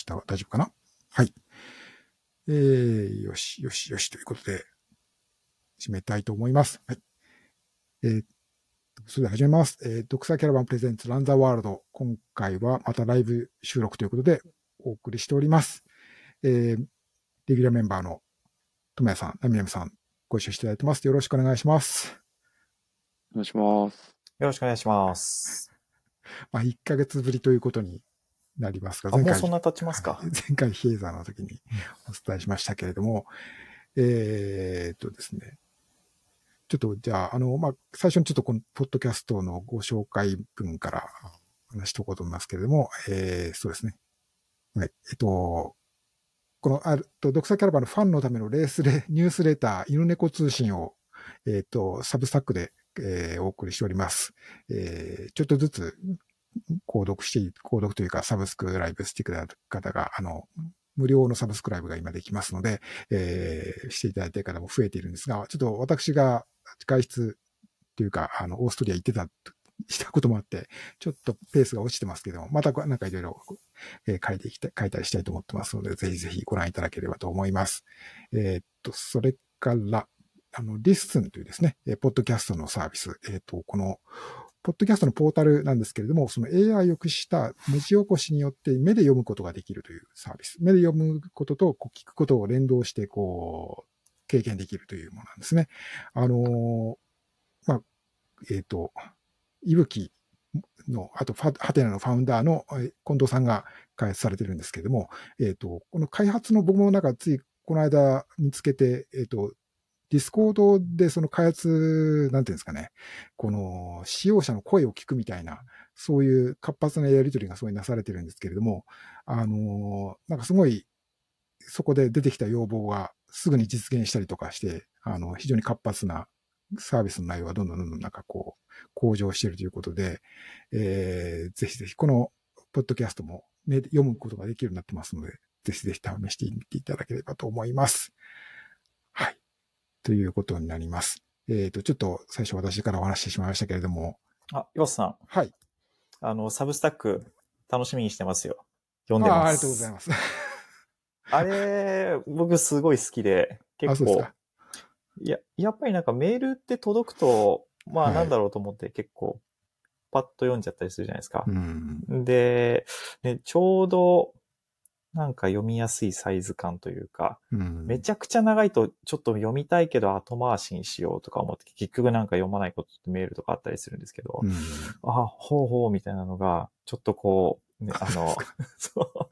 した。大丈夫かな？はい。よしということで、締めたいと思います。はい。それでは始めます。ドクサーキャラバンプレゼンツランザワールド。今回はまたライブ収録ということでお送りしております。レギュラーメンバーのともやさん、ナミヤムさん、ご一緒していただいてます。よろしくお願いします。 お願いします。 よろしくお願いします。 1ヶ月ぶりということになりますが、 もうそんな経ちますか。 前回ヒエーザーの時にお伝えしましたけれども、ですね。ちょっとじゃあ、最初にちょっとこのポッドキャストのご紹介文から話しておこうと思いますけれども、そうですね。はい。この、ドクサキャラバンのファンのためのニュースレター、犬猫通信を、サブスタックで、お送りしております。ちょっとずつ、購読というか、サブスクライブしてくださる方が、無料のサブスクライブが今できますので、していただいている方も増えているんですが、ちょっと私が外出というか、オーストリア行ってしたこともあって、ちょっとペースが落ちてますけども、またなんかいろいろ書いたりしたいと思ってますので、ぜひぜひご覧いただければと思います。それから、リッスンというですね、ポッドキャストのサービス、この、ポッドキャストのポータルなんですけれども、その AI を駆使した文字起こしによって目で読むことができるというサービス。目で読むことと聞くことを連動して、経験できるというものなんですね。いぶきの、あと、ハテナのファウンダーの近藤さんが開発されてるんですけれども、この開発の僕もなんかついこの間見つけて、ディスコードでその開発、なんていうんですかね、この使用者の声を聞くみたいな、そういう活発なやり取りがすごいなされてるんですけれども、なんかすごい、そこで出てきた要望がすぐに実現したりとかして、非常に活発なサービスの内容がどんどんなんか向上しているということで、ぜひぜひこのポッドキャストも、ね、読むことができるようになってますので、ぜひぜひ試してみていただければと思います。はい。ということになります。ちょっと最初私からお話してしまいましたけれども。 岩瀬さん。 はい。 サブスタック楽しみにしてますよ。読んでます。 ありがとうございます。 あれ、僕すごい好きで、結構。やっぱりなんかメールって届くと、なんだろうと思って結構、パッと読んじゃったりするじゃないですか。で、ね、ちょうど、なんか読みやすいサイズ感というか、めちゃくちゃ長いとちょっと読みたいけど後回しにしようとか思って、結局なんか読まないことってメールとかあったりするんですけど、ほうほうみたいなのが、ちょっとね、そう、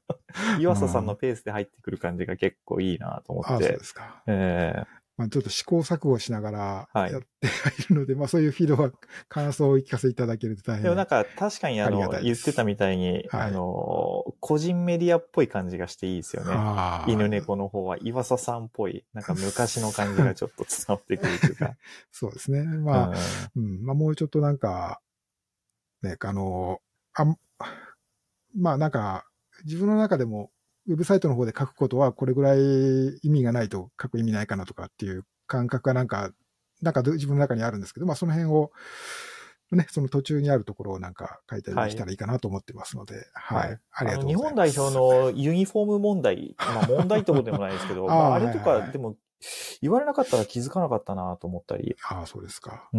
岩佐さんのペースで入ってくる感じが結構いいなと思って。 そうですか。ちょっと試行錯誤しながらやっているので、そういうフィードバック、感想をお聞かせいただけると大変。 でもなんか確かに言ってたみたいに、個人メディアっぽい感じがしていいですよね。犬猫の方は岩佐さんっぽい、なんか昔の感じがちょっと伝わってくるというか。 そうですね。もうちょっとなんか、ね、なんか、自分の中でも、ウェブサイトの方で書くことはこれぐらい意味がないと書く意味ないかなとかっていう感覚がなんか自分の中にあるんですけど、その辺を、ね、その途中にあるところをなんか書いたりできたらいいかなと思ってますので、はい。ありがとうございます。 日本代表のユニフォーム問題、問題ってことでもないですけど、あれとかでも言われなかったら気づかなかったなと思ったり。 そうですか。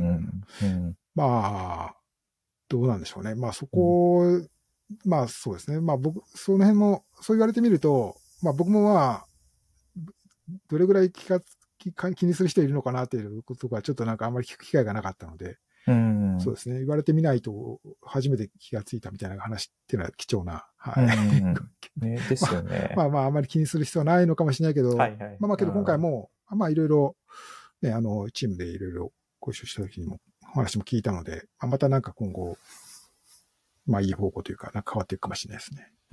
どうなんでしょうね。そこ、そうですね。僕、その辺も、そう言われてみると、僕もどれぐらい気にする人いるのかなっていうことがちょっとなんかあんまり聞く機会がなかったので、そうですね。言われてみないと初めて気がついたみたいな話っていうのは貴重な。 ですよね。 あんまり気にする必要はないのかもしれないけど、けど今回も、いろいろ、ね、チームでいろいろご一緒した時にもお話も聞いたので、またなんか今後、いい方向というか、なんか変わっていくかもしれないですね。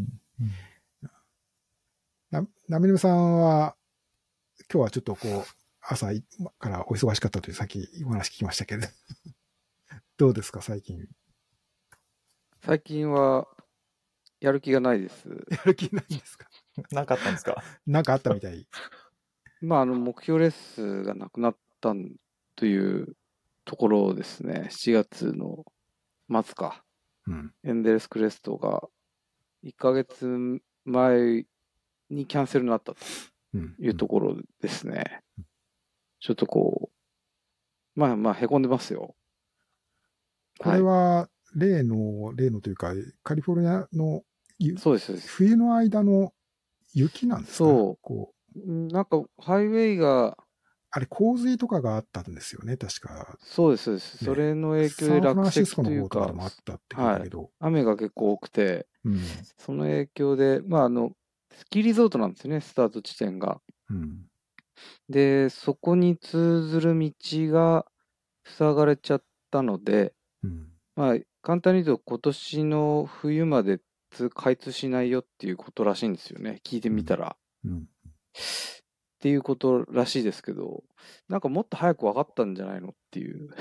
なみぬさんは、今日はちょっと朝からお忙しかったというさっきお話聞きましたけれど、どうですか、最近。 最近は、やる気がないです。 やる気ないんですか？ なんかあったんですか？ なんかあったみたい。 目標レースがなくなったというところですね。7月の末か。エンデルスクレストが 1ヶ月前にキャンセルになったというところですね。ちょっとこう、まあ、へこんでますよ。 これは、例のというか、カリフォルニアのそうです。 冬の間の雪なんですか？ そう。なんか、ハイウェイが、 あれ、洪水とかがあったんですよね、確か。 そうです。それの影響で落石というか、 もあったって聞いたけど、 雨が結構多くて、その影響で、まあ、スキーリゾートなんですよね、スタート地点が。で、そこに通ずる道が塞がれちゃったので、まあ、簡単に言うと、今年の冬まで開通しないよっていうことらしいんですよね、聞いてみたら。っていうことらしいですけど、なんかもっと早く分かったんじゃないのっていう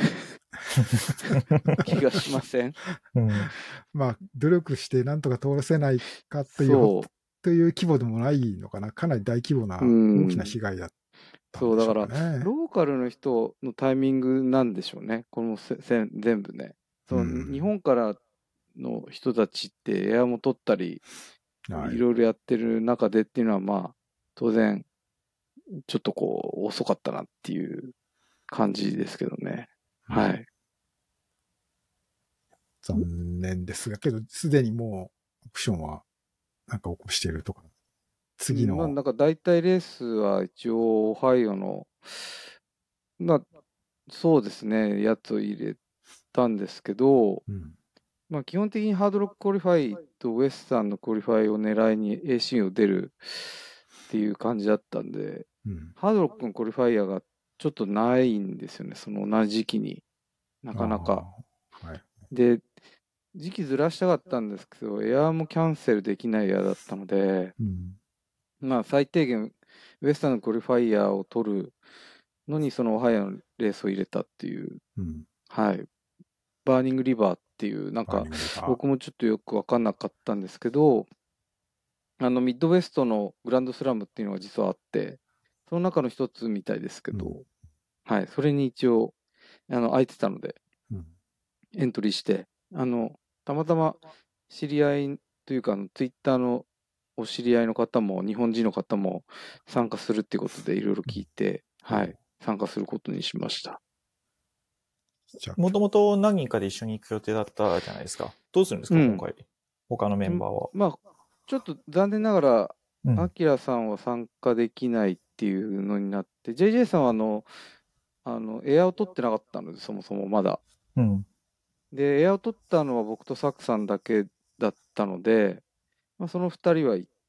気がしません？ まあ、努力してなんとか通らせないかという規模でもないのかな。かなり大規模な大きな被害だったんでしょうかね。 そう、だから、ローカルの人のタイミングなんでしょうね、この全部ね。日本からの人たちってエアも取ったり、いろいろやってる中でっていうのは、まあ、当然、ちょっとこう、遅かったなっていう感じですけどね。はい。 残念ですが、けど、すでにもう、オプションは、なんか起こしているとか、次の。 まあ、なんか大体レースは一応、オハイオの、まあ、そうですね、やつを入れたんですけど、まあ、基本的にハードロッククオリファイとウエスタンのクオリファイを狙いに AC を出るっていう感じだったんで、ハードロックのクオリファイヤーがちょっとないんですよね、その同じ時期になかなか。で、時期ずらしたかったんですけど、エアーもキャンセルできないエアだったので、まあ最低限ウエスタンのクオリファイヤーを取るのにそのオハイオのレースを入れたっていう、はい。バーニングリバーっていう、なんか僕もちょっとよく分かんなかったんですけど、ミッドウェストのグランドスラムっていうのが実はあって、その中の一つみたいですけど、はい、それに一応、空いてたので、エントリーして、たまたま知り合いというか、ツイッターのお知り合いの方も、日本人の方も参加するっていうことでいろいろ聞いて、はい、参加することにしました。 もともと何人かで一緒に行く予定だったじゃないですか。どうするんですか、今回。他のメンバーは。 まあ、ちょっと残念ながら、アキラさんは参加できないっていうのになって、JJ さんはエアを取ってなかったので、そもそもまだ。で、エアを取ったのは僕とサクさんだけだったので、まあ、その2人は行って、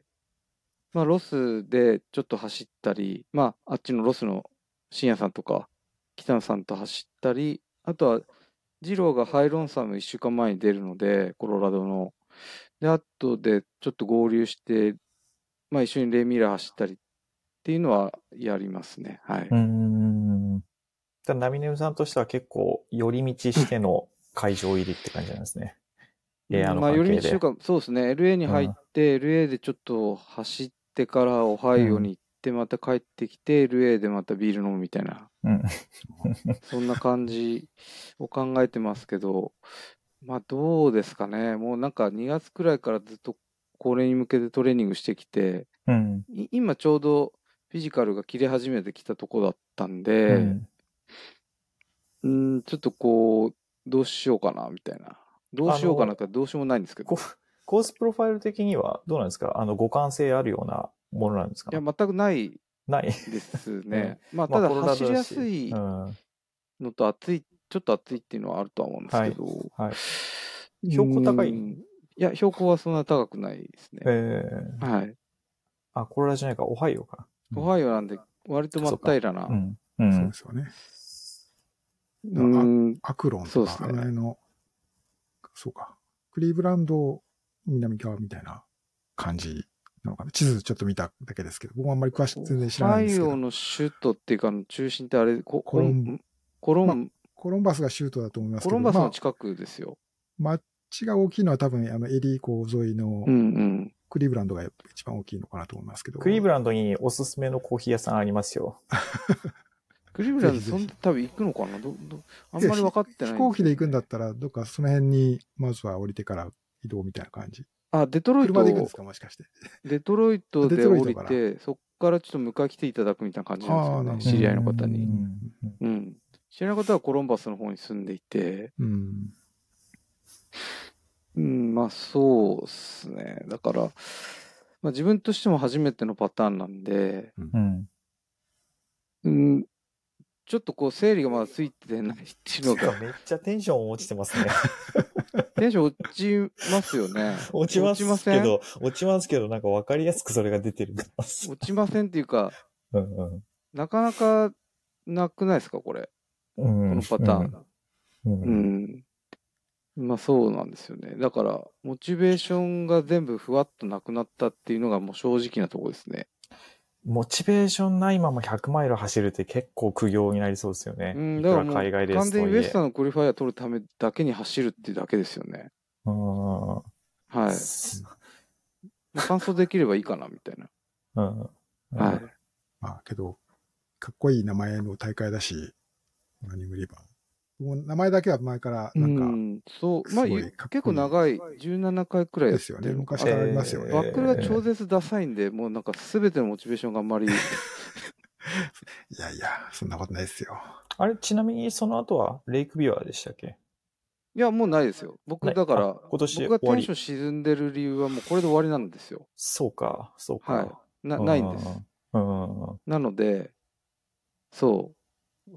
まあ、ロスでちょっと走ったり、まあ、あっちのロスの深夜さんとか、北野さんと走ったり、あとは、ジローがハイロンサム1週間前に出るので、コロラドの。で、あとでちょっと合流して、まあ、一緒にレイミラー走ったりっていうのはやりますね。はい。 ナミネムさんとしては結構寄り道しての会場入りって感じなんですね。 まあ、寄り道というか、そうですね。LA に入って、LA でちょっと走ってからオハイオに行って、また帰ってきて、LA でまたビール飲むみたいな。そんな感じを考えてますけど、まあどうですかね。もうなんか2月くらいからずっとこれに向けてトレーニングしてきて、今ちょうどフィジカルが切れ始めてきたとこだったんで、ちょっとこう、どうしようかなみたいな。どうしようかなってどうしようもないんですけど。 コースプロファイル的にはどうなんですか？互換性あるようなものなんですか？ いや、全くないですね。まあ、ただ走りやすいのとちょっと暑いっていうのはあるとは思うんですけど。 標高高い？ いや、標高はそんな高くないですね。はい。 コロラドじゃないか、オハイオか。 オハイオなんで、割と真っ平らな。 そうですよね。アクロンとか、あの辺の、そうか。クリーブランド南側みたいな感じなのかな。地図ちょっと見ただけですけど、僕もあんまり詳しく全然知らないんですけど。 オハイオの首都っていうか、中心ってあれ、コロンバスが首都だと思いますけど。 コロンバスの近くですよ。 街が大きいのは多分、エリー湖沿いの、クリーブランドが一番大きいのかなと思いますけど。 クリーブランドにおすすめのコーヒー屋さんありますよ。 クリーブランド、そんな多分行くのかなあんまり分かってない。 飛行機で行くんだったら、どっかその辺に、まずは降りてから移動みたいな感じ。 デトロイト、 車で行くんですか、もしかして。 デトロイトで降りて、そこからちょっと迎え来ていただくみたいな感じなんですよね。知り合いの方に。うん。知り合いの方はコロンバスの方に住んでいて、まあそうですね。だから、まあ自分としても初めてのパターンなんで、ちょっとこう整理がまだついてないっていうのが。 めっちゃテンション落ちてますね。 テンション落ちますよね。 落ちますけど、なんか分かりやすくそれが出てる。 落ちませんっていうか、なかなかなくないですか、これ。このパターン。まあそうなんですよね。だから、モチベーションが全部ふわっとなくなったっていうのがもう正直なところですね。 モチベーションないまま100マイル走るって結構苦行になりそうですよね。 だからもう完全にウエスタンのクオリファイア取るためだけに走るっていうだけですよね。はい。完走できればいいかな、みたいな。はい。 まあけど、かっこいい名前の大会だし、ランニングリバー。もう名前だけは前からなんか、 そう、まあ結構長い、17回くらいですよね。昔からありますよね。 バックルが超絶ダサいんで、もうなんか全てのモチベーションがあんまり。いやいや、そんなことないですよ。 あれ、ちなみにその後はレイクビュアでしたっけ？ いや、もうないですよ。僕、だから、僕がテンション沈んでる理由はもうこれで終わりなんですよ。 そうか。 はい。ないんです。なので、そう。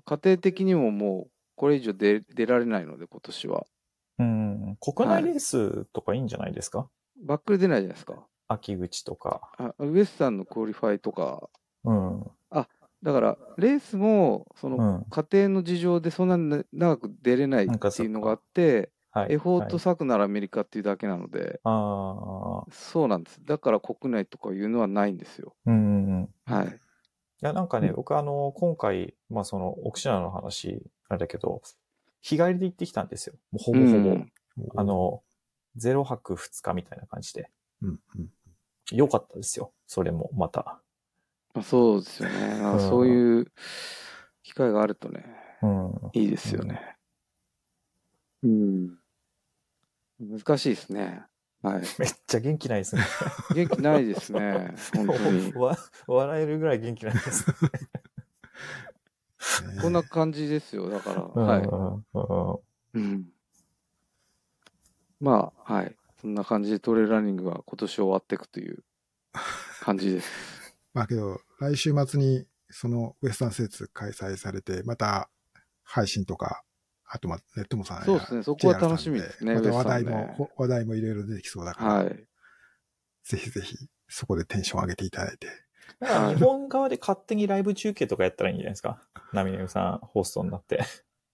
家庭的にももう、これ以上出られないので、今年は。 国内レースとかいいんじゃないですか？ バックル出ないじゃないですか。 秋口とか。 ウエスタンのクオリファイとか。だから、レースも、その、家庭の事情でそんなに長く出れないっていうのがあって、エフォート割くならアメリカっていうだけなので、そうなんです。だから国内とかいうのはないんですよ。はい。 いや、なんかね、僕今回、まあその、オクシナの話、あれだけど、日帰りで行ってきたんですよ。もうほぼほぼ。0泊2日みたいな感じで。良かったですよ。それも、また。 そうですよね。そういう機会があるとね、いいですよね。難しいですね。はい。 めっちゃ元気ないですね。 元気ないですね。本当に。 笑えるぐらい元気ないですね。 こんな感じですよ。だから、はい。まあ、はい。そんな感じでトレイルランニングは今年終わっていくという感じです。 まあけど、来週末にそのウエスタンステーツ開催されて、また配信とか、あとネットもさんや、 そうですね。そこは楽しみですね。 また話題もいろいろ出てきそうだから、ぜひぜひそこでテンション上げていただいて。 日本側で勝手にライブ中継とかやったらいいんじゃないですか。ナミネムさんホストになって。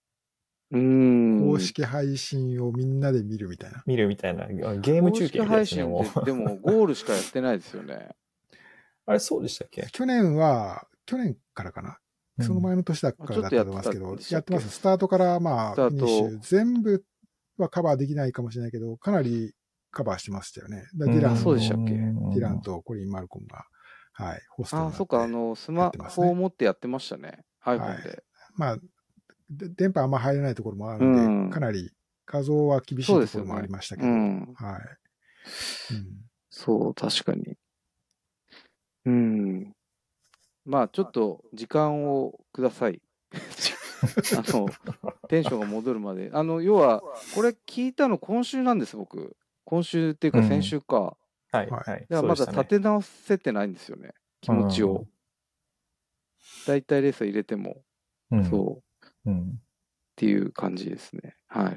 公式配信をみんなで見るみたいな。 ゲーム中継みたいですね、もう。でも、ゴールしかやってないですよね。 あれ、そうでしたっけ？ 去年からかな。その前の年だからだったと思いますけど、やってます。スタートからまあ、フィニッシュ。全部はカバーできないかもしれないけど、かなりカバーしてましたよね。 ディランそうでしたっけ？ ディランとコリン・マルコムが、はい、ホストになって。 そっか、スマホを持ってやってましたね。iPhone で。 まあ、電波あんま入らないところもあるので、かなり画像は厳しいところもありましたけど、はい。 そう、確かに。まあ、ちょっと時間をください。テンションが戻るまで。要は、これ聞いたの今週なんです、僕。今週っていうか先週か。 はい。 だからまだ立て直せてないんですよね。気持ちを。大体レース入れても、そう。っていう感じですね。はい。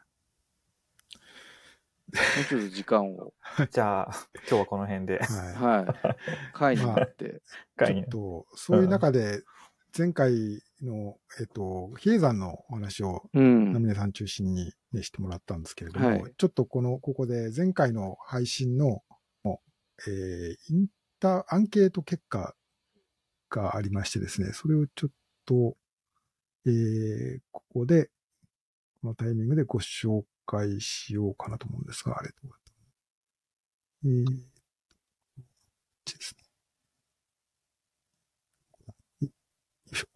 もうちょっと時間を。 じゃあ、今日はこの辺で。 はい。会になって。 ちょっと、そういう中で、前回の、比叡山のお話を、ナミネさん中心に、ね、してもらったんですけれども、ちょっとここで前回の配信の、アンケート結果がありましてですね、それをちょっと、ここで、このタイミングでご紹介しようかなと思うんですが、あれどうだったですね。よいしょ。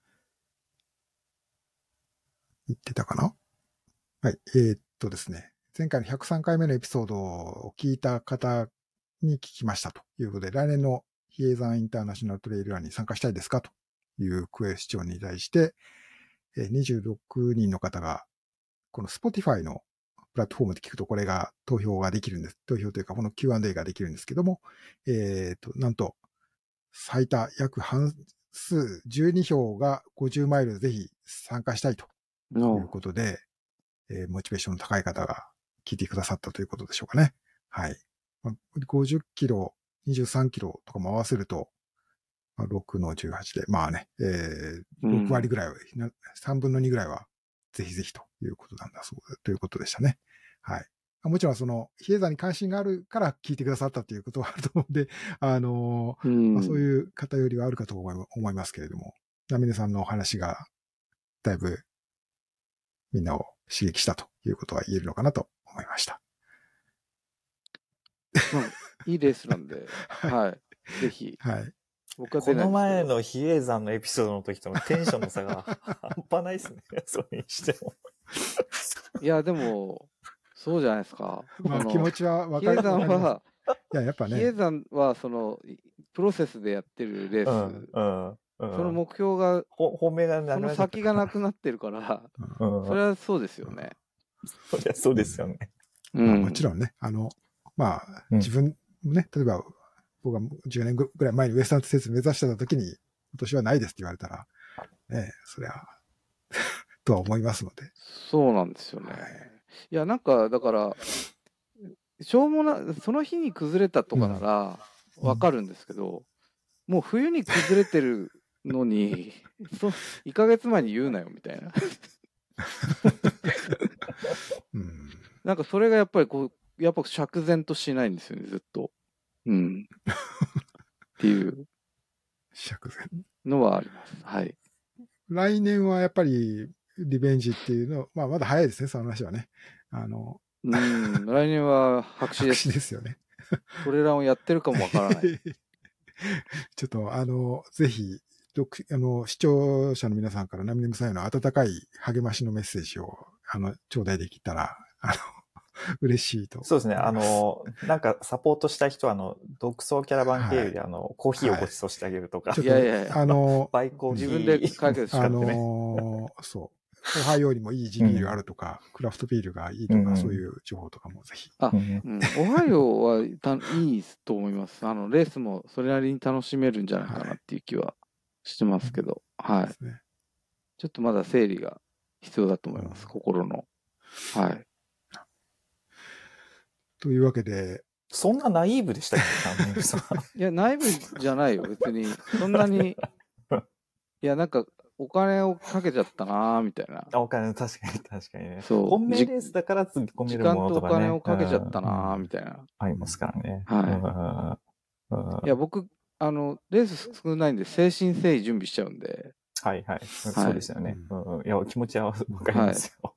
言ってたかな？はい。ですね。 前回の103回目のエピソードを聞いた方に聞きましたということで、来年の比叡山インターナショナルトレイルランに参加したいですかというクエスチョンに対して、26人の方が、この Spotify のプラットフォームで聞くとこれが投票ができるんです。投票というか、この Q&A ができるんですけども、なんと、最多約半数12票が50マイルぜひ参加したいということで、モチベーションの高い方が聞いてくださったということでしょうかね。はい。50キロ、23キロとかも合わせると、6の18で、まあね、6割ぐらいは、3分の2ぐらいは、ぜひぜひということなんだそうということでしたね。はい。もちろん比叡山に関心があるから聞いてくださったということはあると思うんで、そういう方よりはあるかと思いますけれども、ナミネさんのお話が、だいぶ、みんなを刺激したということは言えるのかなと思いました。 まあ、いいレースなんで、はい。ぜひ。 はい。 僕はこの前の比叡山のエピソードの時とのテンションの差が半端ないですね。それにしても。 いや、でも、そうじゃないですか。 まあ気持ちは分かる。 比叡山は、 いや、やっぱね。 比叡山は、プロセスでやってるレース。その目標が、 本命がその先がなくなってるから、それはそうですよね。 そりゃそうですよね。 まあもちろんね、まあ、自分もね、例えば、僕が10年ぐらい前にウエスタン施設目指してた時に、今年はないですって言われたら、ね、そりゃ、とは思いますので。 そうなんですよね。いや、なんか、だから、しょうもな、その日に崩れたとかなら、わかるんですけど、もう冬に崩れてるのに、1ヶ月前に言うなよ、みたいな。なんかそれがやっぱりやっぱ釈然としないんですよね、ずっと。っていう釈然のはあります。はい。 来年はやっぱりリベンジっていうの、まあまだ早いですね、その話はね。 来年は白紙です。 白紙ですよね。 トレランをやってるかもわからない。 ちょっとぜひ、視聴者の皆さんからナミネムさんへの温かい励ましのメッセージを、頂戴できたら、嬉しいと。 そうですね。なんかサポートしたい人は、独創キャラバン経由で、コーヒーをご馳走してあげるとか。 いやいや、 バイコーヒー。 自分で解決しかってね。 そう。オハイオよりもいい地ビールあるとか、クラフトビールがいいとか、そういう情報とかもぜひ。 オハイオはいいと思います。レースもそれなりに楽しめるんじゃないかなっていう気はしてますけど、はい。ちょっとまだ整理が必要だと思います、心の。はい。 というわけで。 そんなナイーブでしたっけ？ いや、ナイーブじゃないよ、別に。そんなに。いや、なんか、お金をかけちゃったなーみたいな。 お金、確かにね。 そう。 本命レースだから突っ込めるものとかね。 時間とお金をかけちゃったなーみたいな。 ありますからね。 はい。いや、僕、レース少ないんで、誠心誠意準備しちゃうんで。 はいはい。そうですよね。いや、気持ちはわかりますよ。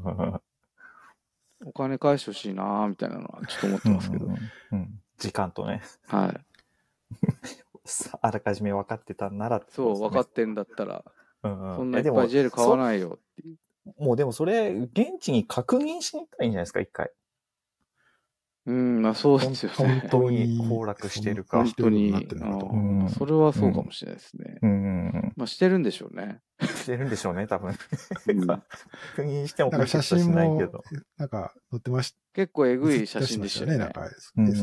お金返してほしいなーみたいなのはちょっと思ってますけど。 時間とね。 はい。 あらかじめ分かってたなら、 そう、分かってんだったら、そんないっぱいジェル買わないよっていう。 もうでもそれ、現地に確認しに行ったらいいんじゃないですか、一回。 まあそうですよね。 本当に崩落してるか。 本当に。それはそうかもしれないですね。まあしてるんでしょうね。 してるんでしょうね、多分。確認しても写真も、なんか載ってました。 結構えぐい写真でしたよね。なんか、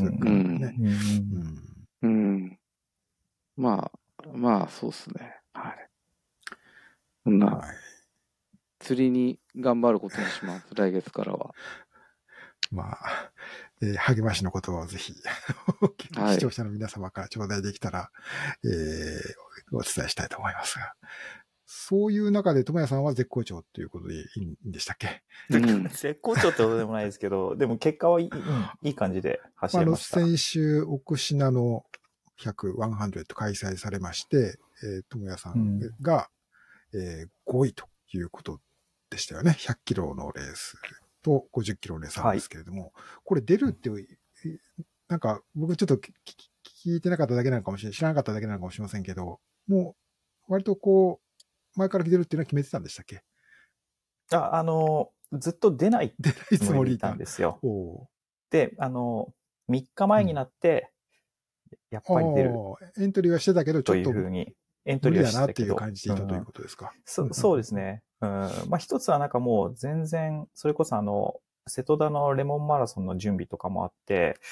まあ、そうですね。はい。そんな、釣りに頑張ることにします。来月からは。 まあ、励ましのことをぜひ、視聴者の皆様から頂戴できたら、お伝えしたいと思いますが。そういう中で、友也さんは絶好調ということでいいんでしたっけ？ 絶好調ってことでもないですけど、でも結果はいい感じで走れました。 先週、奥品の100開催されまして、友也さんが、5位ということでしたよね。100キロのレースと50キロのレースなんですけれども、これ出るって、なんか僕ちょっと聞いてなかっただけなのかもしれない、知らなかっただけなのかもしれませんけど、もう割と前から来てるっていうのは決めてたんでしたっけ？ ずっと出ないつもりでいたんですよ。で、3日前になって、やっぱり出る。 エントリーはしてたけど、ちょっとというふうに、エントリーはしてたけど。 無理だなっていう感じでいたということですか。 そうですね。一つはなんかもう全然、それこそ瀬戸田のレモンマラソンの準備とかもあって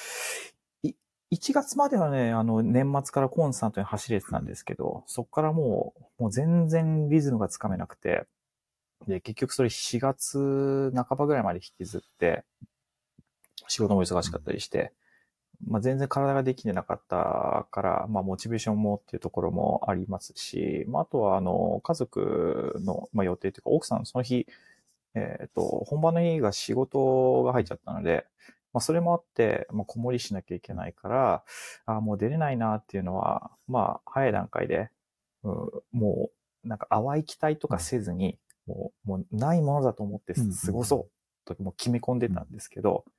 、1月まではね、年末からコンスタントに走れてたんですけど、そこからもう全然リズムがつかめなくて、で、結局それ4月半ばぐらいまで引きずって、仕事も忙しかったりして、全然体ができてなかったから、モチベーションもっていうところもありますし、あとは、家族の、予定というか、奥さんその日、本番の日が仕事が入っちゃったので、それもあって、子守りしなきゃいけないから、もう出れないなっていうのは、早い段階で、もう、なんか淡い期待とかせずに、もうないものだと思って過ごそうともう決め込んでたんですけど、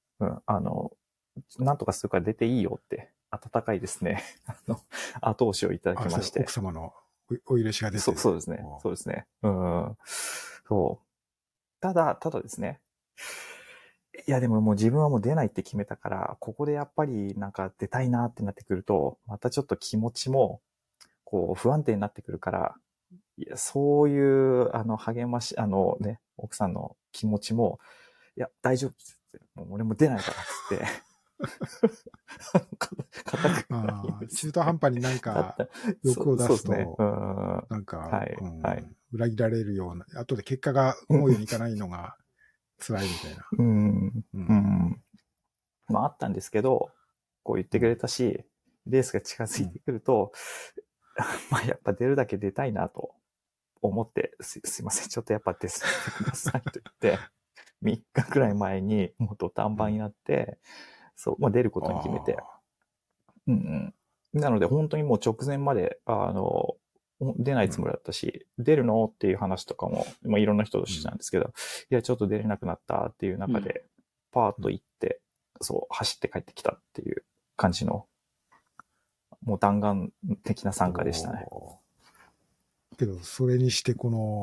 なんとかするから出ていいよって、温かいですね、後押しをいただきまして。 奥様のお許しが出てそうですね。そうですね。そう。ただですね。いやでももう自分はもう出ないって決めたから、ここでやっぱりなんか出たいなってなってくると、またちょっと気持ちも、こう不安定になってくるから、いや、そういう、励まし、奥さんの気持ちも、いや、大丈夫ですって。もう俺も出ないからっつって。 中途半端になんか欲を出すと、なんか、裏切られるような、後で結果が思うようにいかないのが辛いみたいな。あったんですけど、こう言ってくれたし、レースが近づいてくると、やっぱ出るだけ出たいなと思って、すいません、ちょっとやっぱ出させてくださいと言って、3日くらい前にもう土壇場になって、そう、出ることに決めて。なので本当にもう直前まで、出ないつもりだったし、出るのっていう話とかも、いろんな人としてたんですけど、いや、ちょっと出れなくなったっていう中で、パーッと行って、そう、走って帰ってきたっていう感じの、もう弾丸的な参加でしたね。 けど、それにして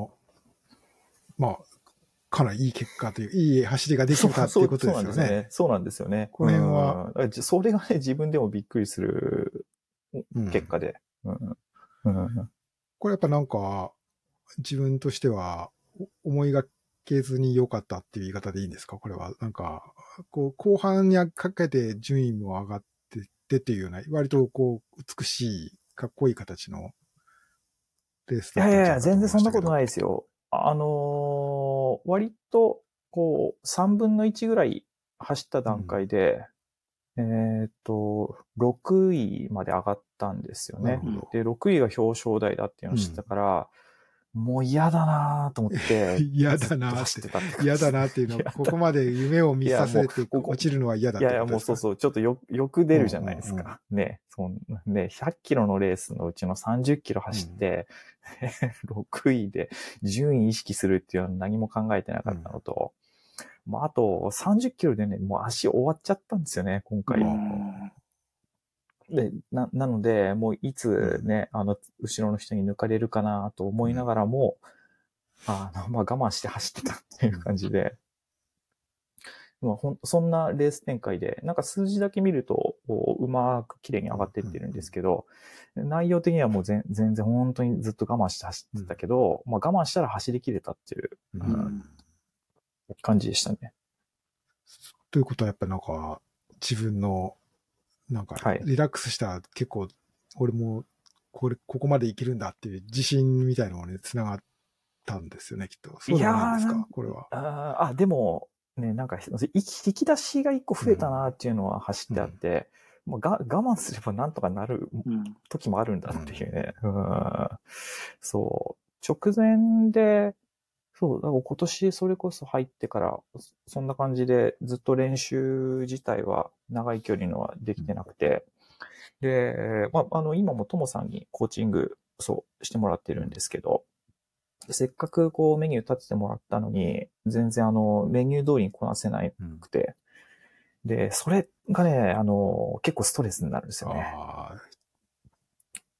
かなりいい結果という、いい走りができたっていうことですよね。 そうなんですよね。 この辺は。 それがね、自分でもびっくりする結果で。 これやっぱなんか、自分としては思いがけずに良かったっていう言い方でいいんですか？これは。なんか、こう、後半にかけて順位も上がってってっていうような、割とこう、美しい、かっこいい形のレースだったんじゃないかと思いましたけど。 いや、全然そんなことないですよ。割と、こう、3分の1ぐらい走った段階で、6位まで上がったんですよね。で、6位が表彰台だっていうのを知ったから、もう嫌だなと思って。 嫌だなっていうのは、ここまで夢を見させて落ちるのは嫌だってことですか？ もうそう、ちょっとよく出るじゃないですか。ね、100キロのレースのうちの30キロ走って、6位で順位意識するっていうのは何も考えてなかったのと、あと30キロでね、もう足終わっちゃったんですよね、今回。で、なので、もういつね、後ろの人に抜かれるかなと思いながらも、我慢して走ってたっていう感じで、そんなレース展開で、なんか数字だけ見ると、うまく綺麗に上がってってるんですけど、内容的にはもう全然本当にずっと我慢して走ってたけど、我慢したら走り切れたっていう、感じでしたね。 ということはやっぱなんか、自分の、なんか、リラックスしたら結構、俺も、ここまでいけるんだっていう自信みたいなのがね、繋がったんですよね、きっと。そうじゃないですか、これは。 でも、ね、なんか、引き出しが一個増えたなっていうのは走ってあって、我慢すればなんとかなる時もあるんだっていうね。そう。直前で、そう、だから今年それこそ入ってから、そんな感じでずっと練習自体は長い距離のはできてなくて、で、今もともさんにコーチング、してもらってるんですけど、せっかくこうメニュー立ててもらったのに、全然メニュー通りにこなせなくて、で、それがね、結構ストレスになるんですよね。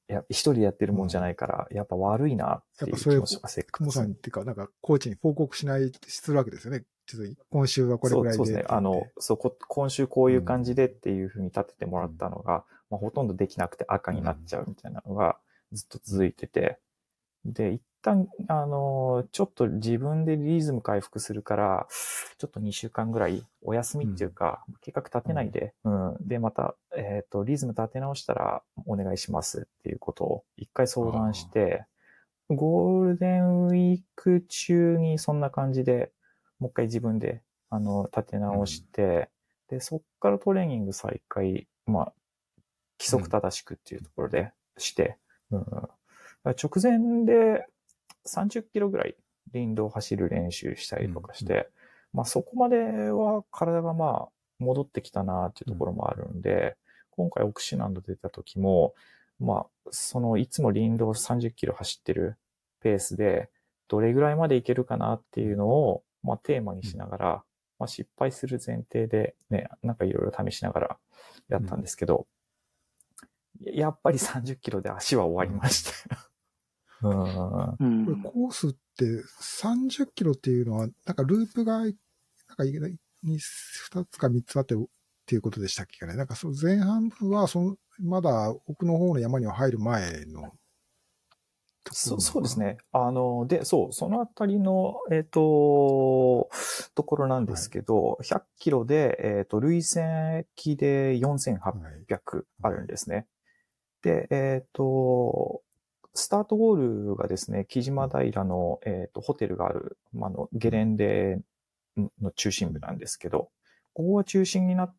一人でやってるもんじゃないから、やっぱ悪いなっていう気持ちがせっかく。 雲さんっていうか、なんか、コーチに報告するわけですよね。ちょっと今週はこれぐらいで。 そうですね。今週こういう感じでっていうふうに立ててもらったのが、ほとんどできなくて赤になっちゃうみたいなのがずっと続いてて、で、一旦、ちょっと自分でリズム回復するから、ちょっと2週間ぐらいお休みっていうか、計画立てないで、で、また、リズム立て直したらお願いしますっていうことを一回相談して、ゴールデンウィーク中にそんな感じで、もう一回自分で、立て直して、で、そっからトレーニング再開、規則正しくっていうところでして、直前で30キロぐらい林道を走る練習したりとかして、そこまでは体が戻ってきたなっていうところもあるんで、今回オクシナンド出た時も、いつも林道30キロ走ってるペースで、どれぐらいまでいけるかなっていうのを、テーマにしながら、失敗する前提でね、なんかいろいろ試しながらやったんですけど、やっぱり30キロで足は終わりました。 これコースって30キロっていうのは、なんかループが、なんか2つか3つあってっていうことでしたっけね。なんかその前半部はまだ奥の方の山には入る前の。 そうですね。そのあたりの、ところなんですけど、100キロで、累積で4800あるんですね。で、スタートゴールがですね、木島平の、ホテルがある、ゲレンデの中心部なんですけど、ここが中心になって、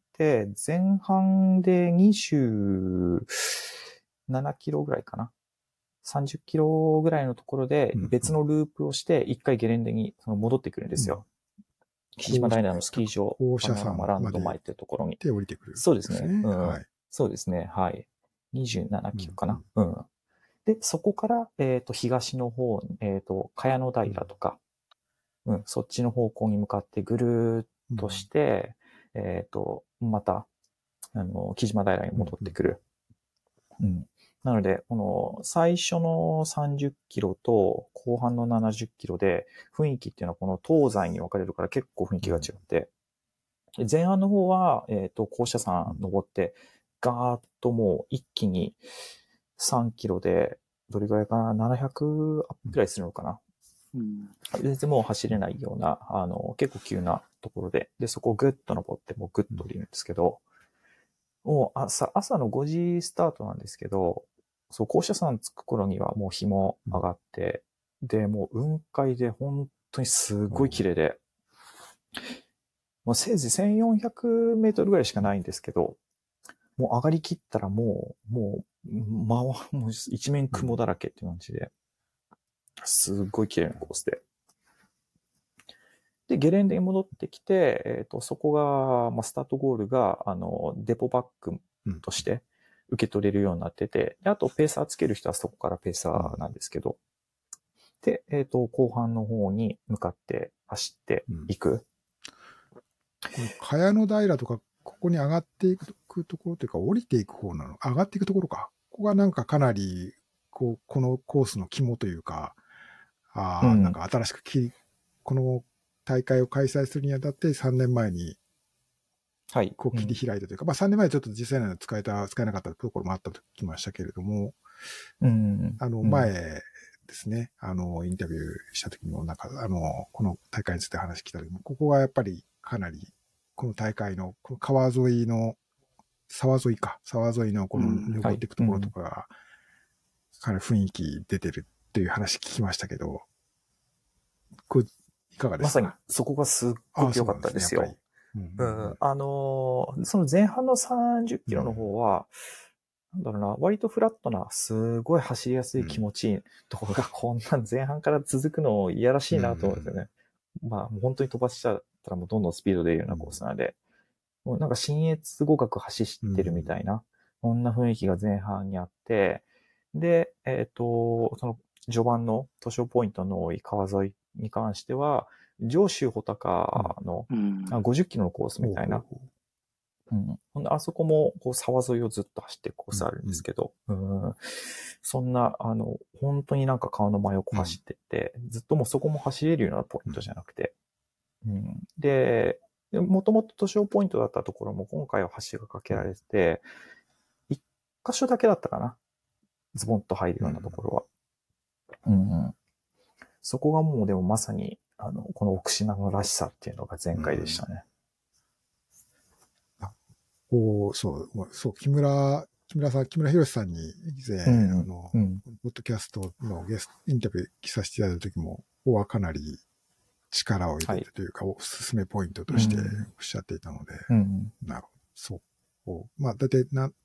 前半で27キロぐらいかな。30キロぐらいのところで別のループをして一回ゲレンデに戻ってくるんですよ。木島平のスキー場、パノラマランド前っていうところに。 で降りてくる。 そうですね。そうですね。はい。27キロかな。で、そこから、東の方、茅野平とか、そっちの方向に向かってぐるーっとして、また、木島平に戻ってくる。なので、この最初の30キロと後半の70キロで雰囲気っていうのはこの東西に分かれるから結構雰囲気が違って、前半の方は、高車山登って、ガーッともう一気に3キロで、どれぐらいかな ?700 アップくらいするのかな、全然もう走れないような、結構急なところで、で、そこをグッと登って、もうグッと降りるんですけど、もう朝の5時スタートなんですけど、そう、高車山着く頃にはもう日も上がって、で、もう雲海で本当にすごい綺麗で、もうせいぜい1400メートルぐらいしかないんですけど、もう上がりきったらもう一面雲だらけっていう感じで、すっごい綺麗なコースで。で、ゲレンデに戻ってきて、そこが、スタートゴールが、デポバッグとして受け取れるようになってて、であと、ペーサーつける人はそこからペーサーなんですけど、で、後半の方に向かって走っていく。 茅野平とか、ここに上がっていくところというか、降りていく方なの。上がっていくところか。ここがなんかかなり、このコースの肝というか、なんか新しくこの大会を開催するにあたって3年前に、こう切り開いたというか、3年前ちょっと実際には使えなかったところもあったときましたけれども、前ですね、インタビューした時にもなんか、この大会について話聞いた時も、ここがやっぱりかなり、この大会の、この川沿いの、沢沿いのこの登っていくところとかが、かなり雰囲気出てるっていう話聞きましたけど、これ、いかがですか？ まさに、そこがすっごく良かったですよ。その前半の30キロの方は、なんだろうな、割とフラットな、すごい走りやすい気持ちいいところが、こんな前半から続くのいやらしいなと思うんですよね。もう本当に飛ばしちゃったらもうどんどんスピード出るようなコースなので、もうなんか新越合格走ってるみたいな、こんな雰囲気が前半にあって、で、その序盤の図書ポイントの多い川沿いに関しては、上州穂高の50キロのコースみたいなほんで、あそこも、こう、沢沿いをずっと走ってるコースあるんですけど、そんな、本当になんか川の真横走ってって、ずっともうそこも走れるようなポイントじゃなくて、で、もともと図書ポイントだったところも今回は橋が架けられてて、一箇所だけだったかな。ズボンと入るようなところは。そこがもうでもまさに、この奥品のらしさっていうのが全開でしたね。 そう、木村博さんに以前、ポッドキャストのゲスト、インタビューさせていただいた時も、ここはかなり力を入れてというか、おすすめポイントとしておっしゃっていたので、なるほど。そう。まあ、だいたい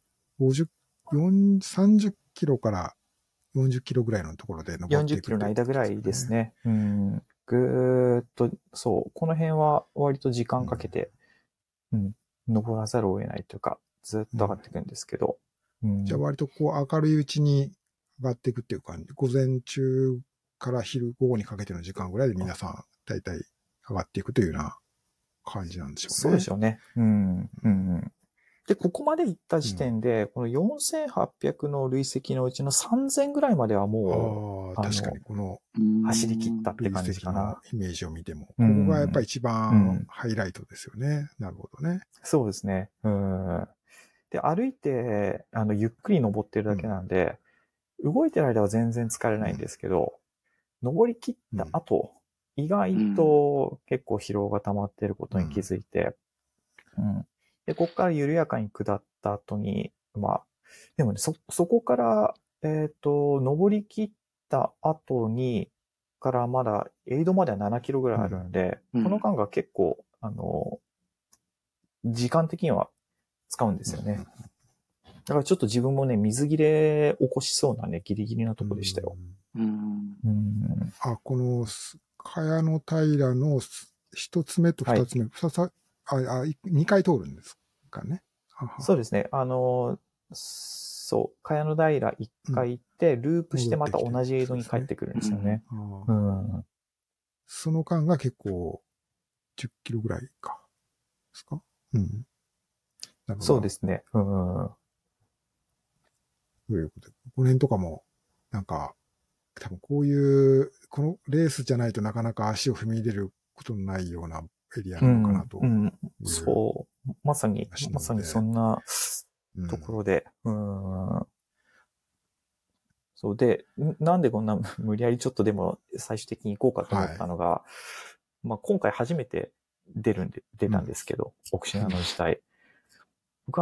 30キロから40キロぐらいのところで登っていく、 40キロの間ぐらいですね。ぐーっと、そう、この辺は割と時間かけて、登らざるを得ないというか、ずっと上がっていくんですけど。 じゃあ割とこう明るいうちに上がっていくっていう感じ。午前中から午後にかけての時間ぐらいで皆さん大体上がっていくというような感じなんでしょうね。 そうでしょうね。で、ここまで行った時点で、この4800の累積のうちの3000ぐらいまではもう、 確かにこの走り切ったって感じかな。 累積のイメージを見ても、ここがやっぱり一番ハイライトですよね。なるほどね。 そうですね。で、歩いて、ゆっくり登ってるだけなんで、動いてる間は全然疲れないんですけど、登り切った後、意外と結構疲労が溜まってることに気づいて、で、ここから緩やかに下った後に、まあ、でもね、そこから、登り切った後に、からまだ、エイドまでは7キロぐらいあるんで、この間が結構、時間的には使うんですよね。だからちょっと自分もね、水切れ起こしそうなね、ギリギリなとこでしたよ。 この、茅野平の一つ目と二つ目、2回通るんですかね。 そうですね。そう、茅野平1回行って、ループしてまた同じエイドに帰ってくるんですよね。 その間が結構10キロぐらいか。ですか？ そうですね。 ということで、この辺とかも、なんか、多分こういう、このレースじゃないとなかなか足を踏み入れることのないようなエリアなのかなと。 そう。まさにそんなところで、そうで、なんでこんな無理やりちょっとでも最終的に行こうかと思ったのが、まあ今回初めて出たんですけど、奥品の自体。僕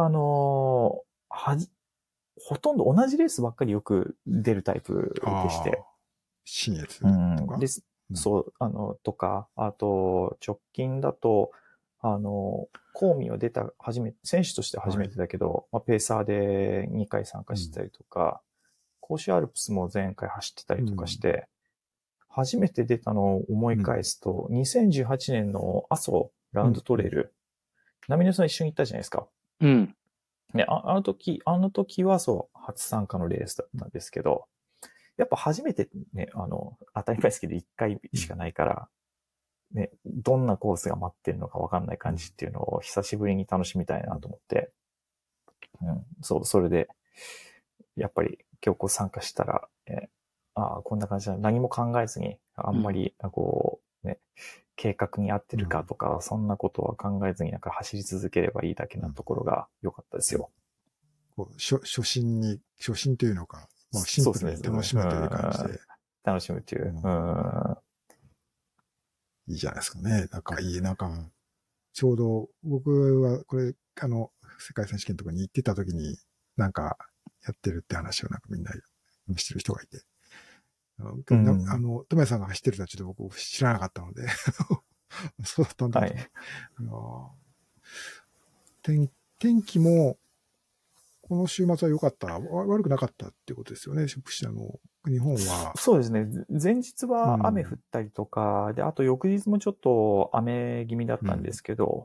ほとんど同じレースばっかりよく出るタイプでして。 新越とか、 そう、とか、あと、直近だと、コーミを選手として初めてだけど、ペーサーで2回参加したりとか、甲州アルプスも前回走ってたりとかして、初めて出たのを思い返すと、2018年の阿蘇ラウンドトレイル、波野さん一緒に行ったじゃないですか。ね、あの時はそう、初参加のレースだったんですけど、やっぱ初めてね、当たり前ですけど1回しかないから、ね、どんなコースが待ってるのか分かんない感じっていうのを久しぶりに楽しみたいなと思って、それで、やっぱり今日こう参加したら、こんな感じだ。何も考えずに、あんまり、計画に合ってるかとか、そんなことは考えずに走り続ければいいだけなところが良かったですよ。 初心というのか、シンプルに楽しむという感じで。 楽しむという。 いいじゃないですかね。ちょうど僕はこれ、世界選手権とかに行ってた時に、やってるって話をみんなしてる人がいて。トメさんが走ってるとはちょっと僕知らなかったので。そうだったんだ。天気も、この週末は良かった、悪くなかったってことですよね、日本は。 そうですね。前日は雨降ったりとか、で、あと翌日もちょっと雨気味だったんですけど、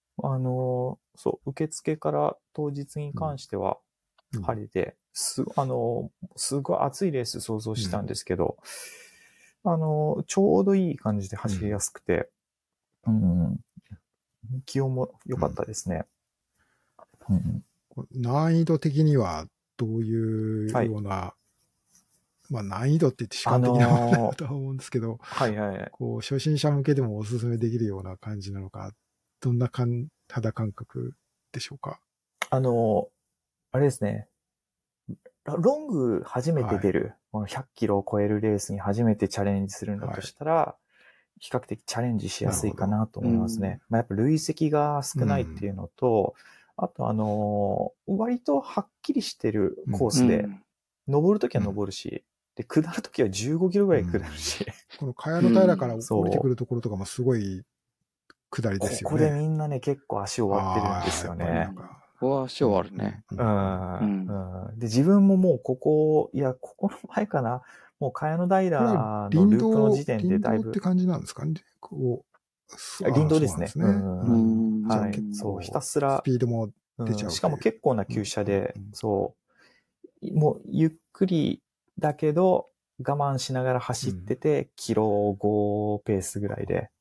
受付から当日に関しては晴れて、すごい暑いレース想像したんですけど、ちょうどいい感じで走りやすくて、気温も良かったですね。 難易度的にはどういうような、まあ難易度って言って主観的なものだとは思うんですけど、こう初心者向けでもおすすめできるような感じなのか、どんな肌感覚でしょうか。 あれですね。ロング初めて出る、この100キロを超えるレースに初めてチャレンジするんだとしたら、比較的チャレンジしやすいかなと思いますね。やっぱ累積が少ないっていうのと、あと割とはっきりしてるコースで、登るときは登るし、で、下るときは15キロぐらい下るし。 この茅野平から降りてくるところとかもすごい下りですよね。 ここでみんなね、結構足終わってるんですよね。 ここは足終わるね。 で、自分ももうここの前かな、もう茅野平のループの時点でだいぶ。 林道って感じなんですかね。 林道ですね。 はい。 そう、ひたすら。 スピードも出ちゃう。 しかも結構な急斜で、そう、もうゆっくりだけど我慢しながら走ってて、キロ5ペースぐらいで。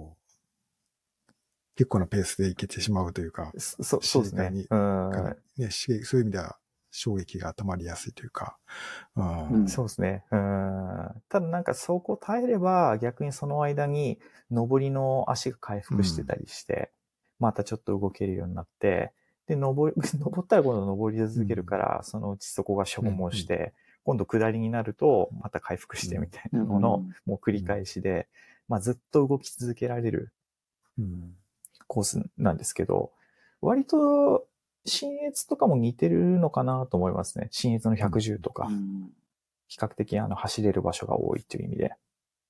結構なペースでいけてしまうというか、 そうですね。 そういう意味では衝撃が溜まりやすいというか。 そうですね。ただなんかそこ耐えれば逆にその間に上りの足が回復してたりして、またちょっと動けるようになって、で、登ったら今度登り続けるから、そのうちそこが消耗して、今度下りになるとまた回復してみたいなのの、もう繰り返しで、まあずっと動き続けられるコースなんですけど、割と信越とかも似てるのかなと思いますね。信越の110とか。比較的走れる場所が多いという意味で。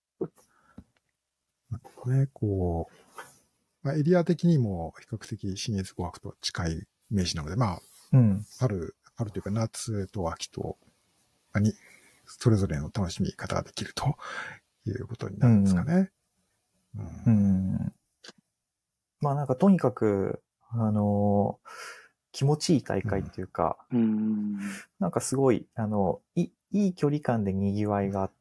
ね、まあ、エリア的にも比較的信越語学と近いイメージなので、まあ、春というか夏と秋と、それぞれの楽しみ方ができるということになるんですかね。 まあなんかとにかく、気持ちいい大会っていうか、なんかすごい、いい距離感で賑わいがあって、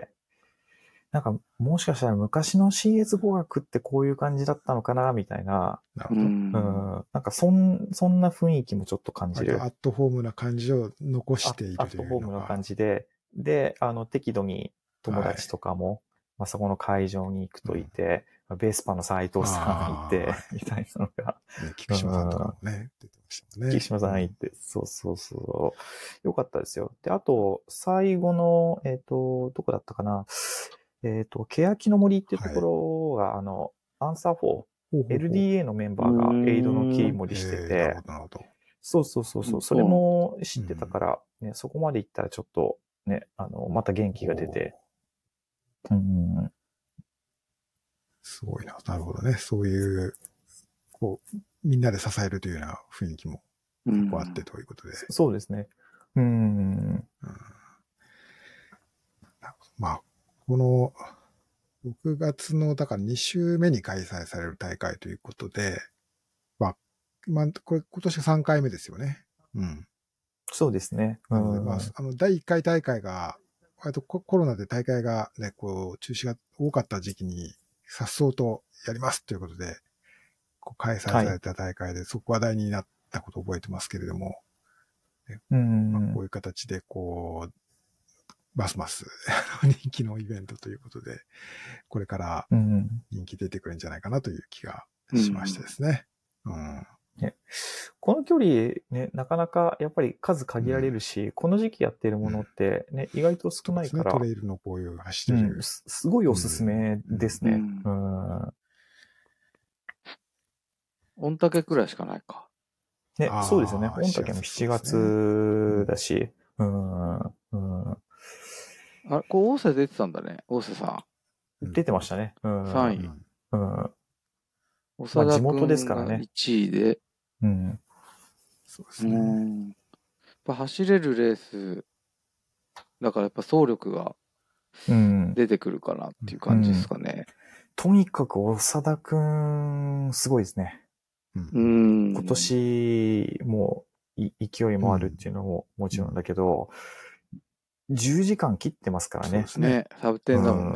なんかもしかしたら昔の信越語学ってこういう感じだったのかなみたいな。なんかそんな雰囲気もちょっと感じる。 アットホームな感じを残しているというのが。 アットホームな感じで、適度に友達とかも、まあそこの会場に行くといて、ベースパの斉藤さんいて、みたいなのが。 菊島さんとかもね、出てましたね。 菊島さんいて、そう。よかったですよ。で、あと、最後の、どこだったかな。欅の森っていうところが、アンサー4、LDA のメンバーがエイドの切り盛りしてて、そう。それも知ってたから、ね、そこまで行ったらちょっと、ね、また元気が出て。 すごいな。なるほどね。そういう、みんなで支えるというような雰囲気も、あってということで。 そうですね。 まあ、この、6月の、だから2週目に開催される大会ということで、これ今年3回目ですよね。 そうですね。 第1回大会が、割とコロナで大会がね、中止が多かった時期に、颯爽とやりますということで、開催された大会で、すごく話題になったことを覚えてますけれども、こういう形で、ますます人気のイベントということで、これから人気出てくるんじゃないかなという気がしましてですね。 この距離ね、なかなかやっぱり数限られるし、この時期やってるものってね、意外と少ないから。 トレイルのこういう走ってる。 すごいおすすめですね。 御嶽くらいしかないか。 ね、そうですよね。御嶽も7月だし。 大瀬出てたんだね、大瀬さん。出てましたね。 3位。 長田地元ですからね。 1位で。 そうですね。 やっぱ走れるレース、だからやっぱ走力が出てくるかなっていう感じですかね。 とにかく長田くん、すごいですね。今年も勢いもあるっていうのももちろんだけど、10時間切ってますからね。そうですね。サブテンだもん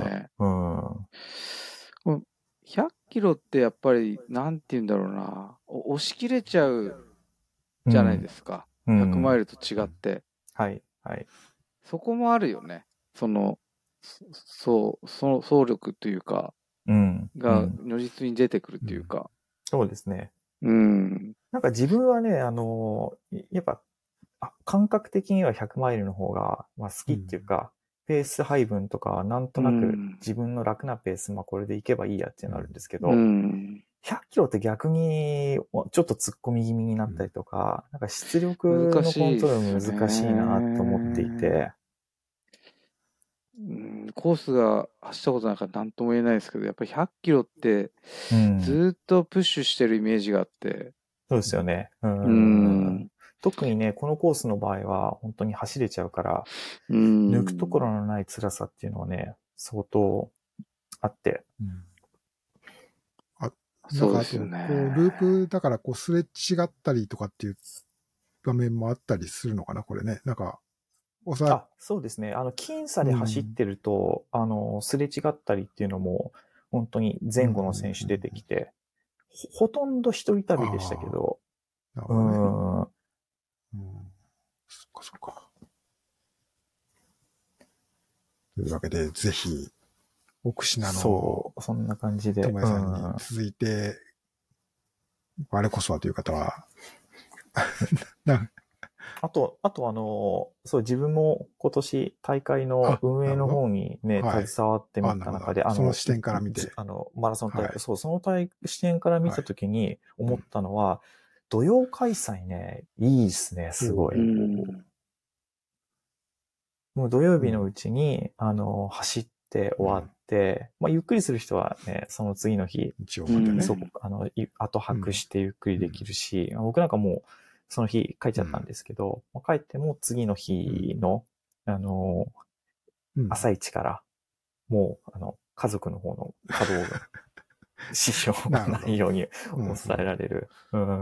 ね。100キロってやっぱり、なんて言うんだろうな。押し切れちゃうじゃないですか。100マイルと違って。 はい。はい。 そこもあるよね。その総力というか、が如実に出てくるっていうか。 そうですね。 うん。 なんか自分はね、やっぱ、感覚的には100マイルの方が、まあ、好きっていうか、ペース配分とか、なんとなく自分の楽なペース、まあこれでいけばいいやっていうのあるんですけど、100キロって逆にちょっと突っ込み気味になったりとか、なんか出力のコントロール難しいなと思っていて、 コースが走ったことないから何とも言えないですけど、やっぱり100キロってずっとプッシュしてるイメージがあって。 そうですよね。特にね、このコースの場合は本当に走れちゃうから、抜くところのない辛さっていうのはね、相当あって。 そうですよね。 ループだからすれ違ったりとかっていう場面もあったりするのかな、これね。なんか、 そうですね。僅差で走ってると、すれ違ったりっていうのも、本当に前後の選手出てきて、ほとんど一人旅でしたけど、 なるほどね。そっかそっか。というわけで、ぜひ、奥品の、 そんな感じで。 ともやさんに続いて、我こそはという方は、 あと自分も今年大会の運営の方にね、携わってみた中で、 その視点から見て。 マラソン大会、その視点から見たときに思ったのは、土曜開催ね、いいですね、すごい。もう土曜日のうちに、走って終わって、まあ、ゆっくりする人はね、その次の日、後泊してゆっくりできるし、僕なんかもう、その日帰っちゃったんですけど、帰っても次の日の、朝一から、もう、家族の方の稼働が、支障がないように抑えられる。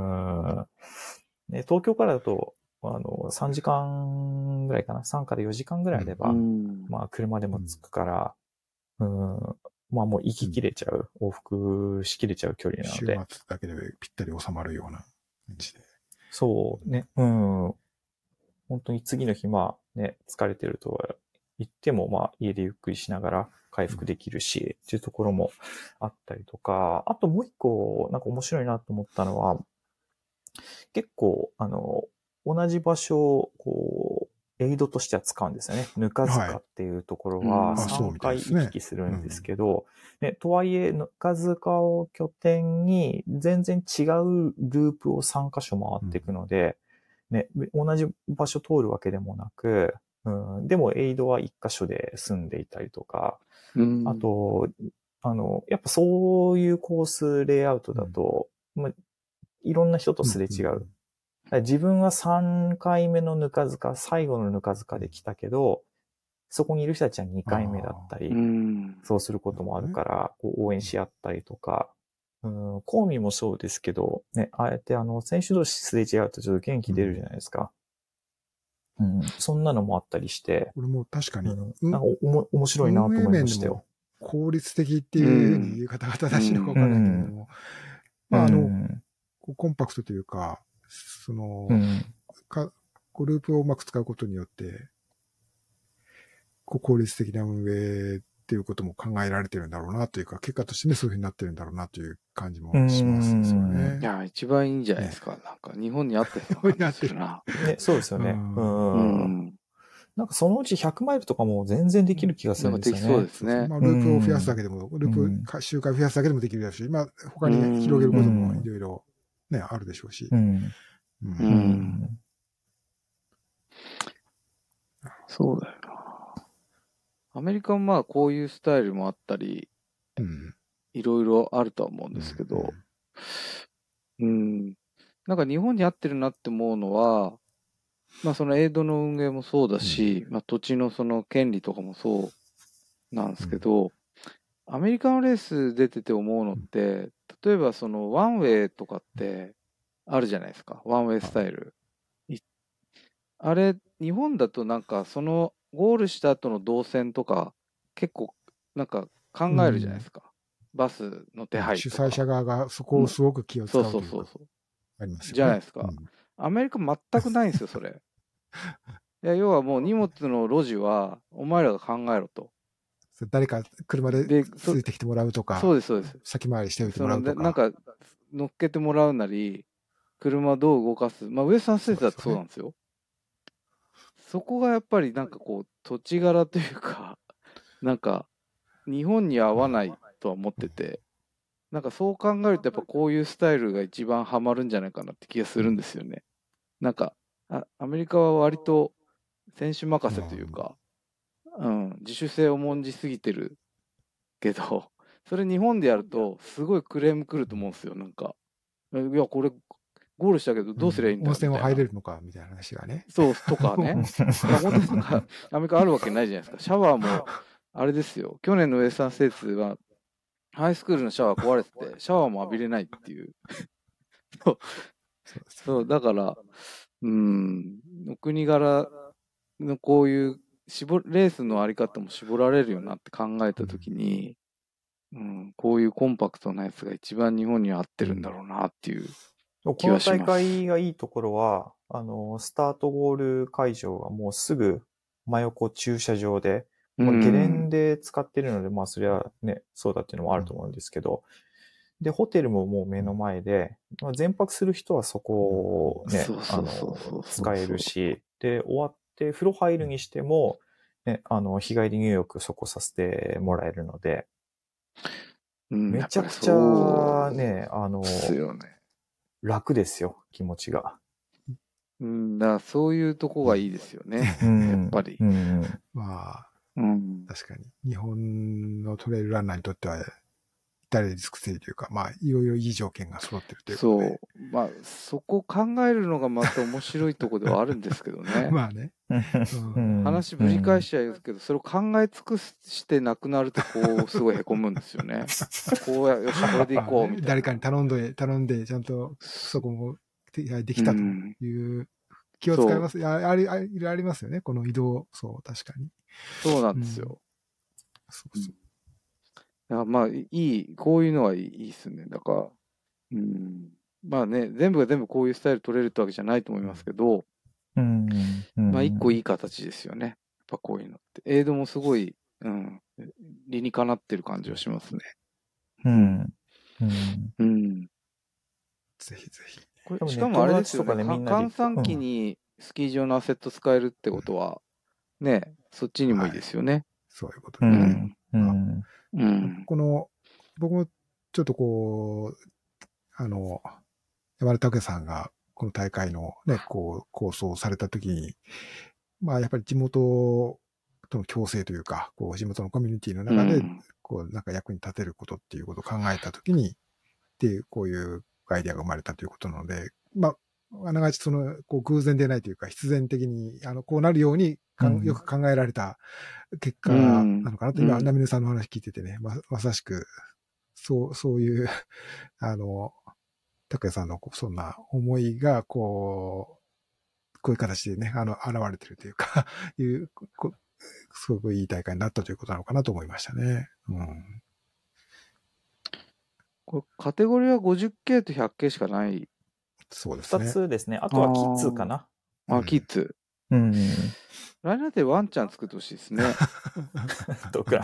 ね、東京からだと、3時間ぐらいかな。3から4時間ぐらいあれば、まあ、車でも着くから、まあ、もう行き切れちゃう、往復しきれちゃう距離なので。 週末だけでぴったり収まるような感じで。 そうね。本当に次の日、まあね、疲れてるとは言っても、まあ家でゆっくりしながら回復できるし、っていうところもあったりとか、あともう一個、なんか面白いなと思ったのは、結構、同じ場所を、エイドとしては使うんですよね。ぬか塚っていうところは3回行き来するんですけど、ね、とはいえ、ぬか塚を拠点に全然違うループを3カ所回っていくので、ね、同じ場所通るわけでもなく、でもエイドは1カ所で済んでいたりとか、あと、やっぱそういうコースレイアウトだと、いろんな人とすれ違う。自分は3回目のぬか塚、最後のぬか塚で来たけど、そこにいる人たちは2回目だったり、そうすることもあるから、応援し合ったりとか、コーミもそうですけど、ね、ああやって選手同士すれ違うとちょっと元気出るじゃないですか。そんなのもあったりして。 これも確かに。 なんか面白いなと思いましたよ。 効率的っていう言い方が正しいのかわからないけれども、まあコンパクトというか、グループをうまく使うことによって、効率的な運営っていうことも考えられてるんだろうなというか、結果としてね、そういうふうになってるんだろうなという感じもしますですよね。 いや、一番いいんじゃないですか。なんか、日本に合ってる感じするな。 ね、そうですよね。なんかそのうち100マイルとかも全然できる気がするんですよね。 そうですね。 まあ、ループを増やすだけでも、ループ、周回増やすだけでもできるだし、まあ、他に広げることもいろいろね、あるでしょうし。 そうだよな。アメリカもまあこういうスタイルもあったり、いろいろあるとは思うんですけど、なんか日本に合ってるなって思うのは、まあそのエイドの運営もそうだし、まあ土地のその権利とかもそうなんですけど、アメリカのレース出てて思うのって、例えばそのワンウェイとかってあるじゃないですか。ワンウェイスタイル。あれ、日本だとなんかそのゴールした後の動線とか結構なんか考えるじゃないですか。バスの手配とか。 主催者側がそこをすごく気を使うというか。 そう。 ありますよね。 じゃないですか。 アメリカ全くないんですよ、それ。いや、要はもう荷物の路地は、お前らが考えろと。 誰か車でついてきてもらうとか、 そうです、そうです。 先回りしておいてもらうとか。 なんか、乗っけてもらうなり、車どう動かす。まあ、ウエスタンステーツだってそうなんですよ。そこがやっぱりなんかこう、土地柄というか、なんか、日本に合わないとは思ってて、なんかそう考えるとやっぱこういうスタイルが一番ハマるんじゃないかなって気がするんですよね。なんか、アメリカは割と選手任せというか、自主性を重んじすぎてるけど、それ日本でやるとすごいクレーム来ると思うんですよ、なんか。いや、これゴールしたけどどうすりゃいいんだ温泉は入れるるのかみたいな話がね。 そう、とかね。いや、本当になんか、アメリカあるわけないじゃないですか。シャワーも、あれですよ。去年のウエスタンステーツは、ハイスクールのシャワー壊れてて、シャワーも浴びれないっていう。そう、だから、お国柄のこういうレースのあり方も絞られるよなって考えたときに、こういうコンパクトなやつが一番日本に合ってるんだろうなっていう気このはします。 大会がいいところは、スタートゴール会場がもうすぐ真横駐車場で、まあ、ゲレンデ使ってるので、まあそれはね、そうだっていうのもあると思うんですけど、で、ホテルももう目の前で、まあ、全泊する人はそこをね、使えるし、で、終わって風呂入るにしても、ね、日帰り入浴そこさせてもらえるので、めちゃくちゃね、楽ですよ、気持ちが。 だからそういうとこがいいですよね、やっぱり。 まあ、確かに。日本のトレイルランナーにとっては、至れり尽くせりというか、まあ、いろいろいい条件が揃ってるということで。 そう。まあ、そこ考えるのがまた面白いところではあるんですけどね。 まあね。 話ぶり返しちゃうんですけど、それを考え尽くしてなくなると、こう、すごい凹むんですよね。こうよし、これでいこう、みたいな。 誰かに頼んで、ちゃんとそこもできたという気を使います。ありますよね、この移動。そう、確かに。 そうなんですよ。 そうそう。 まあ、こういうのはいいですね。だから、まあね、全部が全部こういうスタイル取れるってわけじゃないと思いますけど、まあ一個いい形ですよね。やっぱこういうのって。エイドもすごい、理にかなってる感じはしますね。 ぜひぜひ。 これしかもあれですよね、閑散期にスキー場のアセット使えるってことは、ね、そっちにもいいですよね。 そういうことね。この、僕もちょっとこう、山田武さんがこの大会のね、こう、構想されたときに、まあやっぱり地元との共生というか、こう、地元のコミュニティの中で、こう、なんか役に立てることっていうことを考えたときに、っていう、こういうアイデアが生まれたということなので、まあ、あながちその、こう、偶然でないというか、必然的に、こうなるようによく考えられた結果なのかなと、今、ナミネさんの話聞いててね、まさしく、そういう、拓也さんのそんな思いが、こういう形でね、現れてるというか、すごくいい大会になったということなのかなと思いましたね。 これカテゴリーは 50K と 100K しかない。 そうですね。 2つですね。あとはキッズかな。 キッズ。来年でワンちゃん作ってほしいですね。 どうか。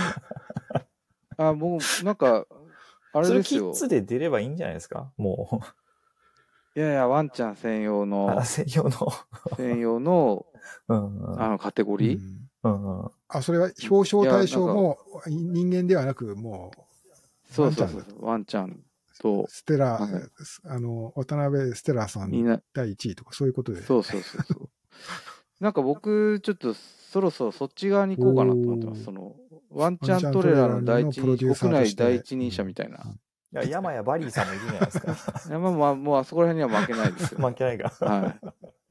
もう、なんか、あれですよ。 キッズで出ればいいんじゃないですか、もう。いや、ワンちゃん専用の。 専用の、カテゴリー。それは表彰対象も人間ではなく、もう、 そう、ワンちゃんと。 ステラ、渡辺ステラさん第1位とかそういうことで。 そう。なんか僕、ちょっとそろそろそっち側に行こうかなと思ってます。ワンチャントレーラーの国内第一人者みたいな。 いや、山谷バリーさんもいるじゃないですか。 もうあそこら辺には負けないですよ。 負けないか。 はい。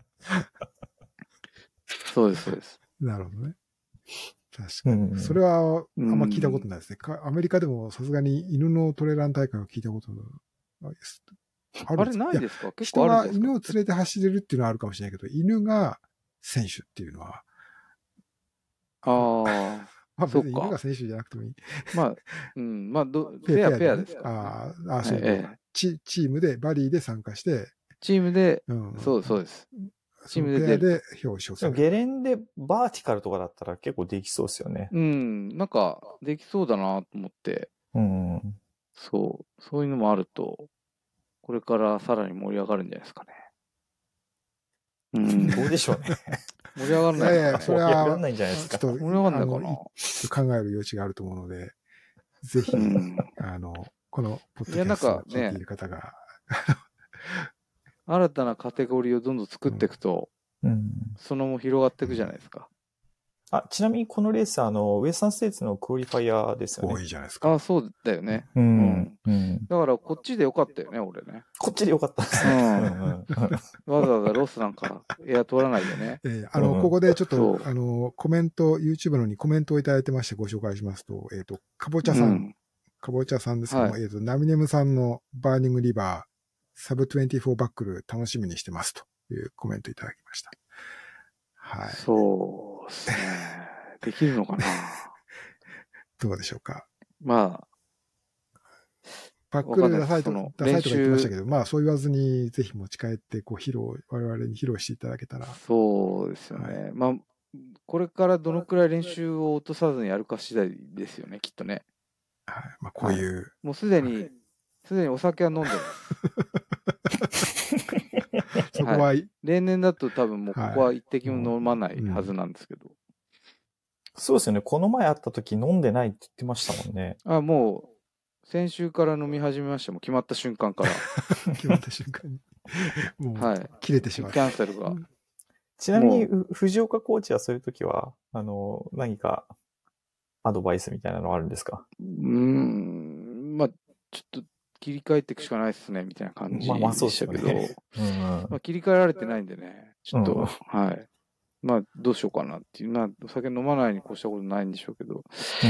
そうです。 なるほどね。確かに。それはあんま聞いたことないですね。アメリカでもさすがに犬のトレラン大会は聞いたことないです。 あれないですか？結構あるんですか？人が犬を連れて走れるっていうのはあるかもしれないけど、犬が選手っていうのは。まあ別に犬が選手じゃなくてもいい。 まあ、フェアですか、ね。 そう。チームで、バディで参加して、 チームで、 うん、 そうです。 チームで出る。表彰される。 ゲレンデバーティカルとかだったら結構できそうですよね。 うん、なんかできそうだなと思って。 うん。 そういうのもあると、これからさらに盛り上がるんじゃないですかね。 どうでしょうね。 盛り上がらない。 いやいや、それは、 盛り上がらないんじゃないですか。 盛り上がらないかな。 考える余地があると思うので、ぜひ、このポッドキャストを聞いている方が、 新たなカテゴリーをどんどん作っていくと、その後広がっていくじゃないですか。 ちなみにこのレース、ウエスタンステーツのクオリファイヤーですよね。 多いじゃないですか。 そうだよね。だからこっちでよかったよね、俺ね。 こっちでよかったですね。 わざわざロスなんか通らないでね。 ここでちょっと、コメント、YouTube のにコメントをいただいてましてご紹介しますと、かぼちゃさんですけども、ナミネムさんのバーニングリバー、サブ24バックル楽しみにしてますというコメントいただきました。はい。 そうですね。できるのかなどうでしょうか。 まあ。 バックルでダサいとか言ってましたけど、まあそう言わずにぜひ持ち帰って我々に披露していただけたら。 そうですよね。まあ、これからどのくらい練習を落とさずにやるか次第ですよね、きっとね。 はい。まあこういう。 もうすでにお酒は飲んでます。 そこは、 例年だと多分もうここは一滴も飲まないはずなんですけど。 そうですよね。この前会った時飲んでないって言ってましたもんね。 もう、先週から飲み始めました。もう決まった瞬間から。 決まった瞬間に。もう、切れてしまう。 キャンセルが。 ちなみに、藤岡コーチはそういう時は、何かアドバイスみたいなのあるんですか？ まあ、ちょっと切り替えていくしかないですね、みたいな感じでしたけど、まあ切り替えられてないんでね、ちょっと、はい。まあ、どうしようかなっていう。まあ、お酒飲まないに越したことないんでしょうけど。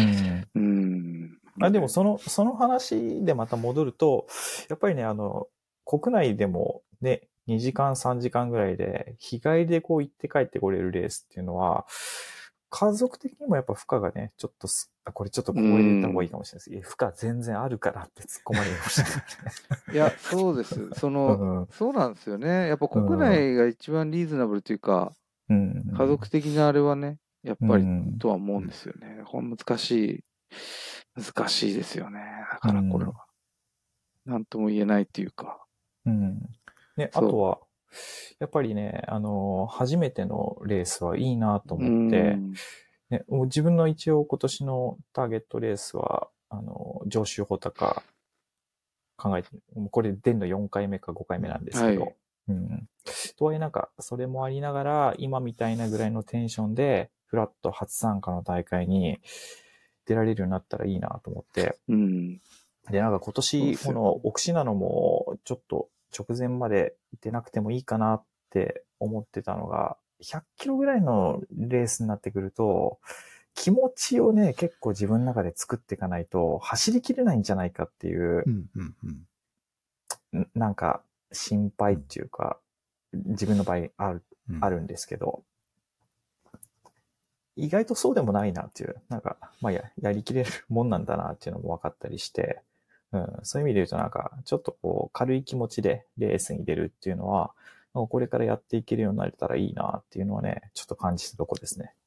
でも、その話でまた戻ると、やっぱりね、国内でもね、2時間、3時間ぐらいで、日帰りでこう行って帰ってこれるレースっていうのは、家族的にもやっぱ負荷がね、ちょっとこれちょっとここで言った方がいいかもしれないです。負荷全然あるからって突っ込まれましたね。 いや、そうです。そうなんですよね。やっぱ国内が一番リーズナブルというか、家族的なあれはね、やっぱりとは思うんですよね。難しいですよね。だからこれは。なんとも言えないっていうか。 ね、あとは、やっぱりね、初めてのレースはいいなと思って、ね、自分の一応今年のターゲットレースは、上州穂高考えて、これ出んの4回目か5回目なんですけど、とはいえなんか、それもありながら、今みたいなぐらいのテンションで、フラット初参加の大会に出られるようになったらいいなと思って、で、なんか今年、このオクシナノも、ちょっと直前まで出なくてもいいかなって思ってたのが、100キロぐらいのレースになってくると、気持ちをね、結構自分の中で作っていかないと、走りきれないんじゃないかっていう、なんか心配っていうか、自分の場合あるんですけど、意外とそうでもないなっていう、なんか、まあやりきれるもんなんだなっていうのも分かったりして、そういう意味で言うとなんか、ちょっとこう、軽い気持ちでレースに出るっていうのは、これからやっていけるようになれたらいいなっていうのはね、ちょっと感じたとこですね。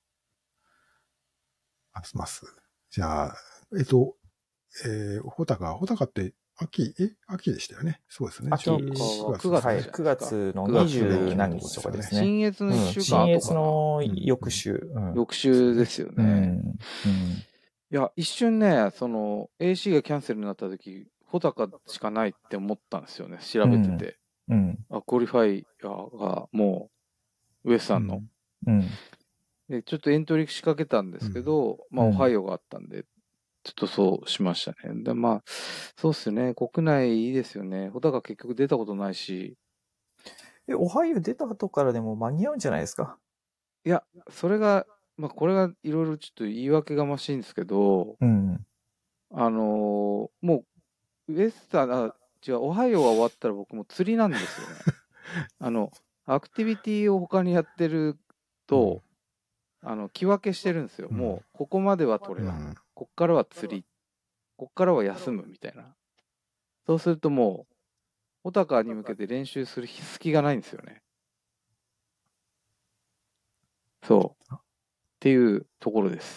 ます。じゃあ、穂高って秋でしたよね。そうですね。 秋9月の20何日とかですね。 新越の1週間新越の翌週。 翌週ですよね。いや、一瞬ね、AC がキャンセルになった時、穂高しかないって思ったんですよね。調べてて。クオリファイアがもう、ウエスタンの。で、ちょっとエントリー仕掛けたんですけど、まあ、オハイオがあったんで、ちょっとそうしましたね。で、まあ、そうっすね。国内いいですよね。穂高結局出たことないし。 オハイオ出た後からでも間に合うんじゃないですか？ いや、それが、まあ、これがいろいろちょっと言い訳がましいんですけど、もう、ウエスタン、オハイオが終わったら僕も釣りなんですよね。アクティビティを他にやってると、木分けしてるんですよ。もう、ここまではトレラン、こっからは釣り、こっからは休むみたいな。そうするともう、 穂高に向けて練習する隙がないんですよね。そう。っていうところです。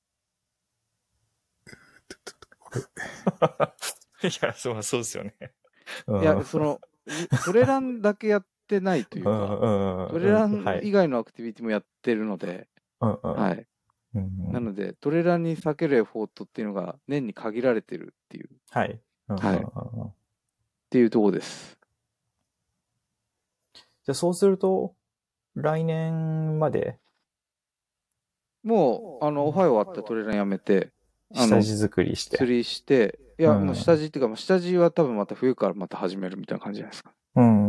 いや、そうですよね。 いや、トレランだけやってないというか、トレラン以外のアクティビティもやってるので、はい。なので、トレランに避けるエフォートっていうのが年に限られてるっていう。 はい。 はい。っていうところです。 じゃあそうすると、来年までもう、オファイ終わったトレランやめて、 下地作りして。 釣りして、いや、もう下地っていうか、下地は多分また冬からまた始めるみたいな感じじゃないですか。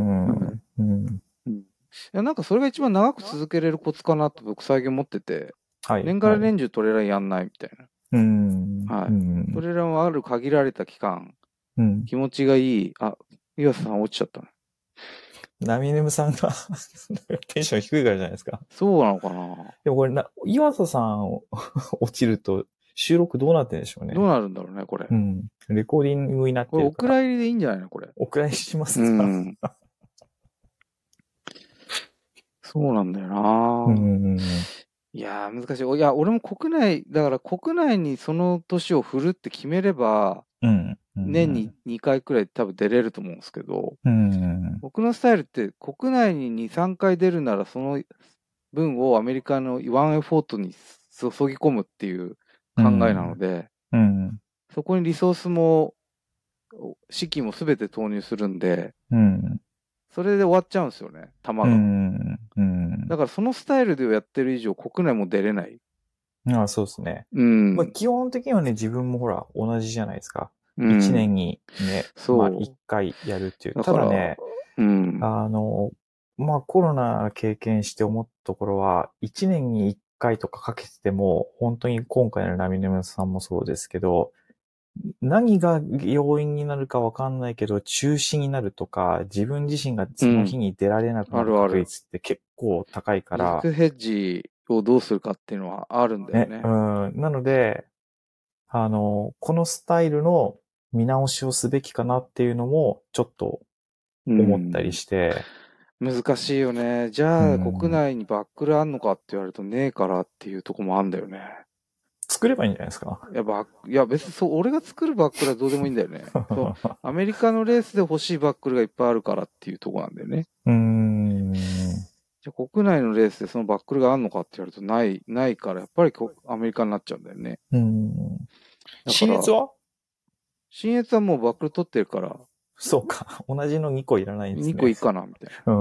いや、なんかそれが一番長く続けれるコツかなと僕最近思ってて、年がら年中トレランやんないみたいな。はい。トレランはある限られた期間、気持ちがいい。あ、岩佐さん落ちちゃったね。 ナミネムさんがテンション低いからじゃないですか。 そうなのかな。 でもこれ岩佐さん落ちると収録どうなってるんでしょうね。 どうなるんだろうね、これ。 レコーディングになってるから。 これお蔵入りでいいんじゃないのこれ。 お蔵入りしますか。 そうなんだよな。いやー、難しい。いや、俺もだから国内にその年を振るって決めれば、年に2回くらい多分出れると思うんですけど、僕のスタイルって国内に2、3回出るならその分をアメリカのワンエフォートに注ぎ込むっていう考えなので、そこにリソースも資金も全て投入するんで、それで終わっちゃうんですよね、玉が。だからそのスタイルでやってる以上、国内も出れない。 ああ、そうですね。まあ、基本的にはね、自分もほら、同じじゃないですか。1年にね、まあ、1回やるっていう。ただね、まあ、コロナ経験して思ったところは、1年に1回とかかけてても、本当に今回のナミネムさんもそうですけど、何が要因になるかわかんないけど、中止になるとか、自分自身がその日に出られなくなる確率って結構高いから。 リスクヘッジをどうするかっていうのはあるんだよね。 なので、このスタイルの見直しをすべきかなっていうのも、ちょっと思ったりして。 難しいよね。じゃあ、国内にバックルあんのかって言われるとねえからっていうとこもあんだよね。 作ればいいんじゃないですか。 いや別に俺が作るバックルはどうでもいいんだよね。そう。アメリカのレースで欲しいバックルがいっぱいあるからっていうとこなんだよね。じゃあ国内のレースでそのバックルがあんのかって言われるとないから、やっぱりアメリカになっちゃうんだよね。 新越は新越はもうバックル取ってるから。 そうか。同じの2個いらないんですね。 2個いいかな、みたいな。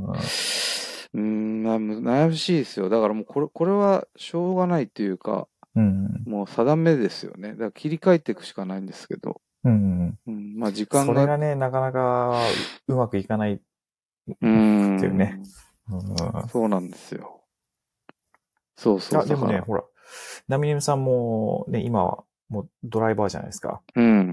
悩ましいですよ。だからもうこれはしょうがないっていうか、もう定めですよね。だから切り替えていくしかないんですけど。まあ時間が。 それがね、なかなかうまくいかないっていうね。 そうなんですよ。そうそう。 でもね、ほら、ナミネムさんもね、今はもうドライバーじゃないですか。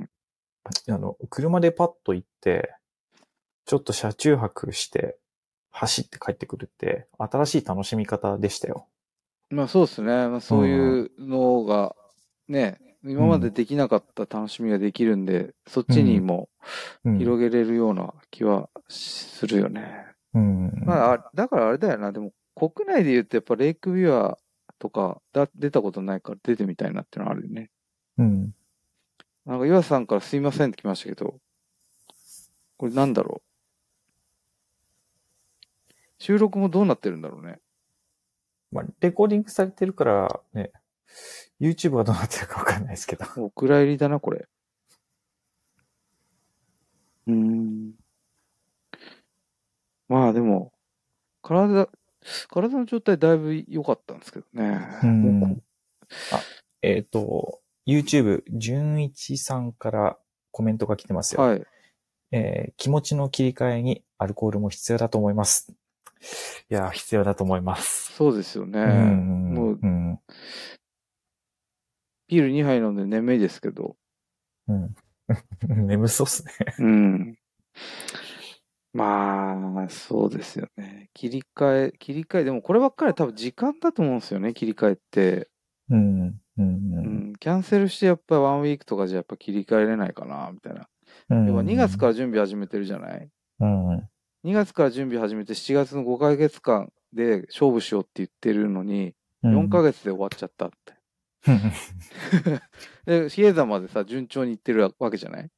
車でパッと行って、ちょっと車中泊して、走って帰ってくるって、新しい楽しみ方でしたよ。 まあそうですね。まあそういうのが、ね、今までできなかった楽しみができるんで、そっちにも広げれるような気はするよね。まあ、だからあれだよな。でも、国内で言うとやっぱレイクビュアとか出たことないから出てみたいなっていうのはあるよね。なんか岩さんからすいませんって来ましたけど、これなんだろう。収録もどうなってるんだろうね。 まあ、レコーディングされてるからね、YouTube がどうなってるかわかんないですけど。 お蔵入りだな、これ。まあでも、体の状態だいぶ良かったんですけどね。 YouTube、純一さんからコメントが来てますよ。 はい。 気持ちの切り替えにアルコールも必要だと思います。いや、必要だと思います。 そうですよね。もう、ビール2杯飲んで眠いですけど。 眠そうっすね。 まあ、そうですよね。切り替え、でもこればっかりは多分時間だと思うんですよね、切り替えって。キャンセルしてやっぱりワンウィークとかじゃやっぱ切り替えれないかな、みたいな。 要は2月から準備始めてるじゃない、2月から準備始めて7月の5ヶ月間で勝負しようって言ってるのに、4ヶ月で終わっちゃったって。で、比叡山までさ、順調にいってるわけじゃない、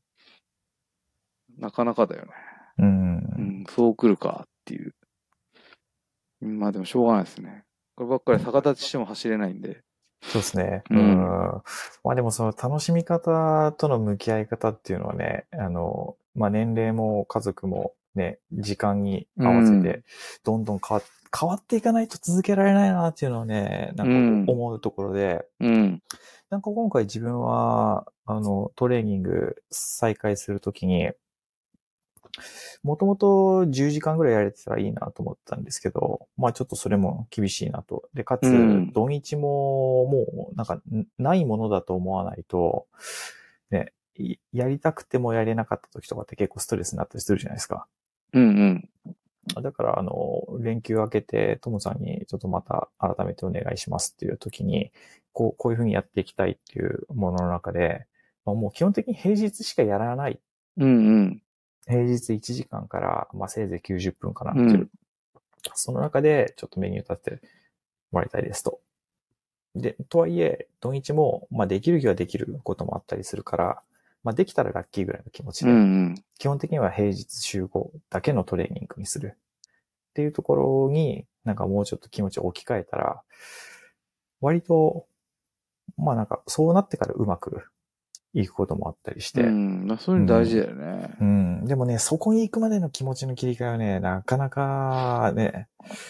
なかなかだよね。そう来るかっていう。まあでもしょうがないですね。こればっかり逆立ちしても走れないんで。 そうですね。まあでもその楽しみ方との向き合い方っていうのはね、まあ年齢も家族もね、時間に合わせて、どんどん変わっていかないと続けられないなっていうのはね、なんか思うところで、なんか今回自分は、トレーニング再開するときに、もともと10時間ぐらいやれてたらいいなと思ったんですけど、まあちょっとそれも厳しいなと。で、かつ、土日ももうなんかないものだと思わないと、ね、やりたくてもやれなかった時とかって結構ストレスになったりするじゃないですか。だから、連休明けて、トムさんにちょっとまた改めてお願いしますっていう時に、こういうふうにやっていきたいっていうものの中で、まあ、もう基本的に平日しかやらない。平日1時間から、まあ、せいぜい90分かなっていう。その中で、ちょっとメニュー立ててもらいたいですと。で、とはいえ、土日も、まあ、できる日はできることもあったりするから、まあ、できたらラッキーぐらいの気持ちで、基本的には平日集合だけのトレーニングにする。っていうところに、なんかもうちょっと気持ちを置き換えたら、割と、まあなんか、そうなってからうまく行くこともあったりして。 そういうの大事だよね。 でもね、そこに行くまでの気持ちの切り替えはね、なかなかね、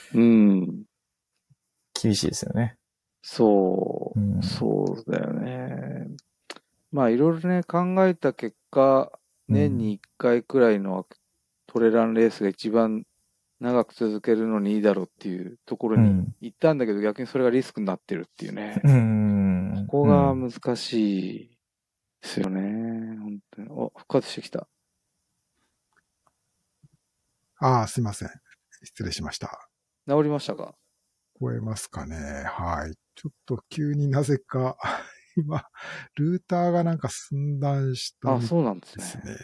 厳しいですよね。 そうだよね。まあいろいろね、考えた結果、年に1回くらいのトレランレースが一番長く続けるのにいいだろうっていうところに行ったんだけど、逆にそれがリスクになってるっていうね。ここが難しいですよね。本当に。復活してきた。 すいません。失礼しました。 治りましたか？ 聞こえますかね。はい。ちょっと急になぜか、今、ルーターがなんか寸断したみたいですね。 そうなんですね。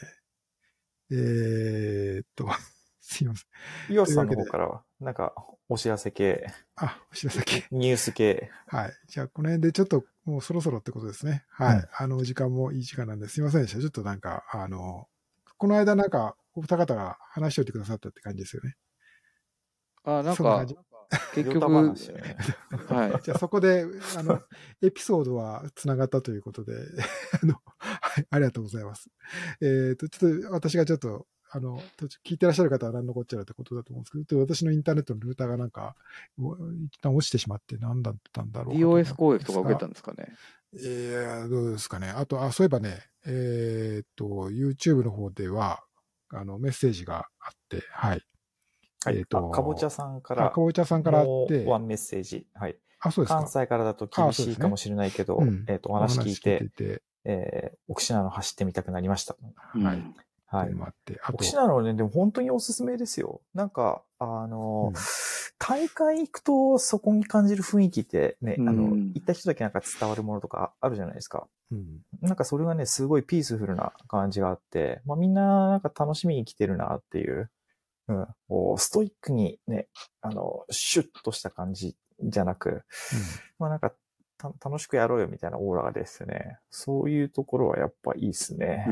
すいません。 岩瀬さんの方からは、なんか、お知らせ系。 お知らせ系。 ニュース系。 はい。じゃあ、この辺でちょっと、もうそろそろってことですね。はい。時間もいい時間なんで、すいませんでした。ちょっとなんか、この間なんか、お二方が話しておいてくださったって感じですよね。 なんか、結局、はい。 じゃあそこで、エピソードは繋がったということで、はい、ありがとうございます。ちょっと、私がちょっと、聞いてらっしゃる方は何のこっちゃらってことだと思うんですけど、私のインターネットのルーターがなんか、一旦落ちてしまって何だったんだろうかと。 DOS 攻撃とか受けたんですかね。 どうですかね。あと、そういえばね、YouTube の方では、メッセージがあって、はい。 はい。かぼちゃさんから。 かぼちゃさんからあって。 ワンメッセージ。はい。 そうですか。 関西からだと厳しいかもしれないけど、お話聞いて、奥信濃走ってみたくなりました。 はい。 はい。奥信濃ね、でも本当におすすめですよ。なんか、大会行くとそこに感じる雰囲気ってね、行った人だけなんか伝わるものとかあるじゃないですか。なんかそれがね、すごいピースフルな感じがあって、まあみんななんか楽しみに来てるなっていう。ストイックにね、シュッとした感じじゃなく、まあなんか、楽しくやろうよみたいなオーラがですね、そういうところはやっぱいいですね。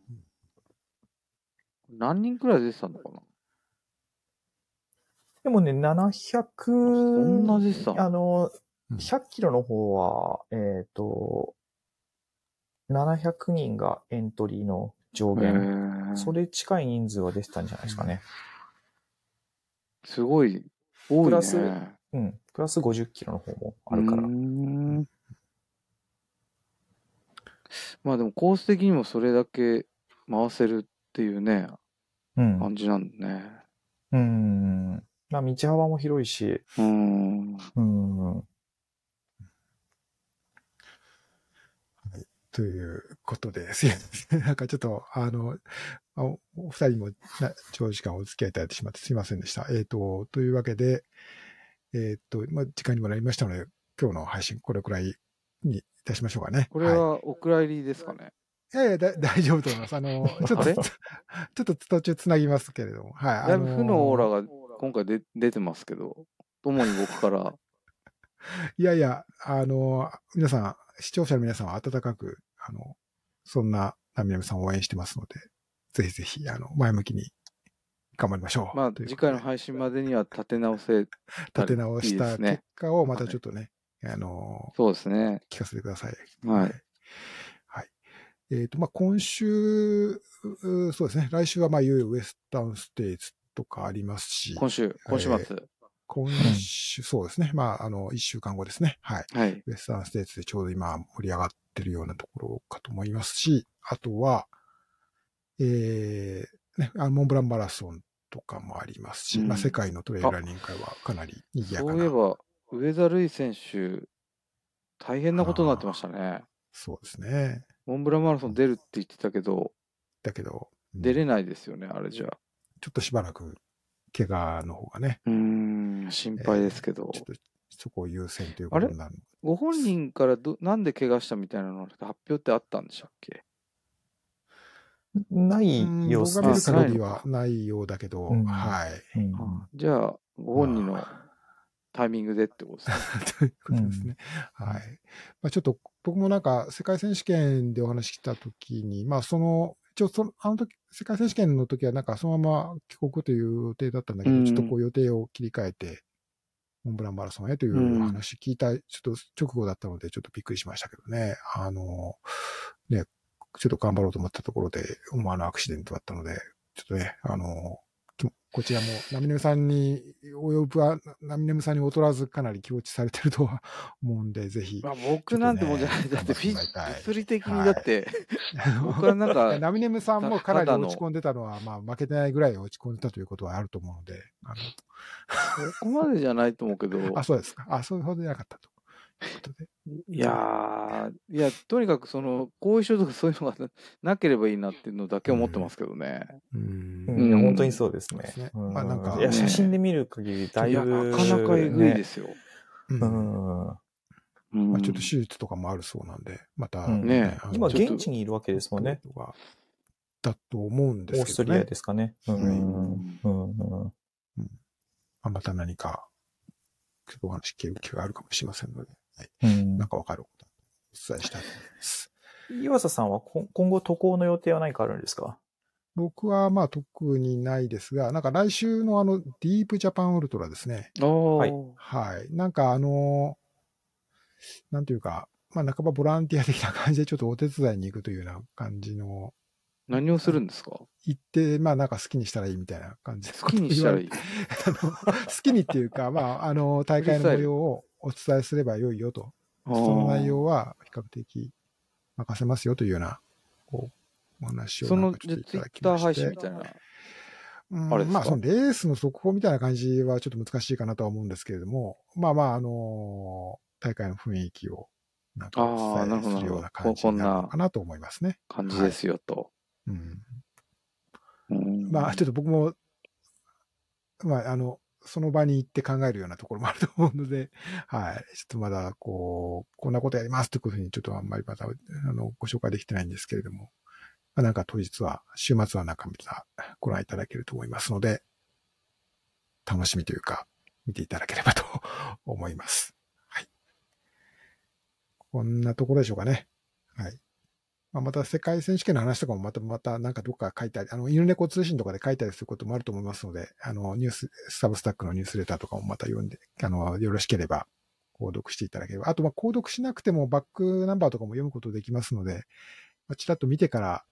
何人くらい出てたのかな？ でもね、700、 そんな出てた 100キロの方は、700人がエントリーの上限。それ近い人数は出てたんじゃないですかね。 すごい多いね。 プラス50キロの方もあるから。 まあでもコース的にもそれだけ回せるっていうね、感じなんだね。 まあ道幅も広いし。 ということです。なんかちょっと、お二人も長時間お付き合いいただいてしまってすいませんでした。というわけで、まあ、時間にもなりましたので、今日の配信これくらいにいたしましょうかね。 これはお蔵入りですかね。 大丈夫と思います。ちょっと途中つなぎますけれども。はい。 だいぶ負のオーラが今回出てますけど、主に僕から。 いやいや、皆さん、視聴者の皆さんは温かく、そんなナミナミさんを応援してますので、ぜひぜひ、前向きに頑張りましょう。 まあ、次回の配信までには立て直した結果をまたちょっとね、 そうですね。 聞かせてください。 はい。 はい。今週、そうですね。来週はいよいよウエスタンステーツとかありますし。 今週末。 そうですね。1週間後ですね。はい。 はい。 ウエスタンステーツでちょうど今盛り上がってるようなところかと思いますし、あとは、モンブランマラソンとかもありますし、世界のトレイルランニング会はかなり賑やかな。 そういえば、上田瑠衣選手、大変なことになってましたね。 そうですね。 モンブランマラソン出るって言ってたけど、出れないですよね、あれじゃあ。 ちょっとしばらく、怪我の方がね。 心配ですけど。 ちょっとそこを優先ということになる。 ご本人からなんで怪我したみたいなの発表ってあったんでしたっけ？ ない様子です。 僕が見る限りはないようだけど、はい。 じゃあ、ご本人のタイミングでってことですね。 ということですね。はい。ちょっと僕もなんか世界選手権でお話ししたときに、一応あの時、世界選手権の時はなんかそのまま帰国という予定だったんだけど、ちょっとこう予定を切り替えて、モンブランマラソンへという話聞いた、ちょっと直後だったのでちょっとびっくりしましたけどね。ね、ちょっと頑張ろうと思ったところで思わぬアクシデントだったので、ちょっとね、こちらも、ナミネムさんに劣らずかなり気落ちされてるとは思うんで、ぜひ。 僕なんてもんじゃない。だって物理的にだって、僕はなんか。 ナミネムさんもかなり落ち込んでたのは、負けてないぐらい落ち込んでたということはあると思うので。 そこまでじゃないと思うけど。 そうですか。そういうほどじゃなかったと。 いや、とにかく後遺症とかそういうのがなければいいなっていうのだけ思ってますけどね。 本当にそうですね。 なんか、 写真で見る限りだいぶ、 なかなかえぐいですよ。 ちょっと手術とかもあるそうなんで、また、 今現地にいるわけですもんね。 だと思うんですけどね。 オーストリアですかね。 また何か、お話聞ける機会があるかもしれませんので、なんかわかることをお伝えしたいと思います。 岩佐さんは今後渡航の予定は何かあるんですか？ 僕は特にないですが、なんか来週のディープジャパンウルトラですね。 はい。 なんかなんていうか、半ばボランティア的な感じでちょっとお手伝いに行くというような感じの。 何をするんですか？ 行って、なんか好きにしたらいいみたいな感じで。 好きにしたらいい。 好きにっていうか、大会の模様をお伝えすればよいよと。その内容は比較的任せますよというような、お話をちょっといただきまして。 ツイッター配信みたいな。 そのレースの速報みたいな感じはちょっと難しいかなとは思うんですけれども、大会の雰囲気をなんかお伝えするような感じになるのかなと思いますね。 感じですよと。 ちょっと僕も、その場に行って考えるようなところもあると思うので、はい。ちょっとまだ、こんなことやりますというふうに、ちょっとあんまりまだ、ご紹介できてないんですけれども、なんか当日は、週末はなんかまたご覧いただけると思いますので、楽しみというか、見ていただければと思います。はい。こんなところでしょうかね。はい。また世界選手権の話とかもまたなんかどっか書いてあり、犬猫通信とかで書いたりすることもあると思いますので、サブスタックのニュースレターとかもまた読んで、よろしければ、購読していただければ。あと、購読しなくてもバックナンバーとかも読むことできますので、ちらっと見てから、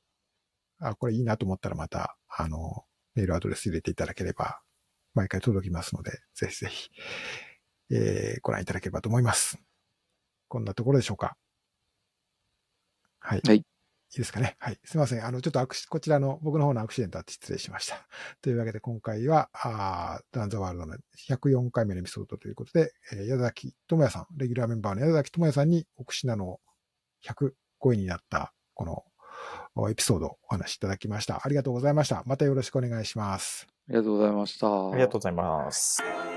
これいいなと思ったらまた、メールアドレス入れていただければ、毎回届きますので、ぜひぜひ、ご覧いただければと思います。こんなところでしょうか。はい。 はい。 いいですかね。はい。すいません。ちょっとこちらの僕の方のアクシデントあって失礼しました。というわけで今回は、ダンザワールドの104回目のエピソードということで、矢崎智也さん、レギュラーメンバーの矢崎智也さんに奥品の105位になったこのエピソードをお話しいただきました。ありがとうございました。またよろしくお願いします。 ありがとうございました。 ありがとうございます。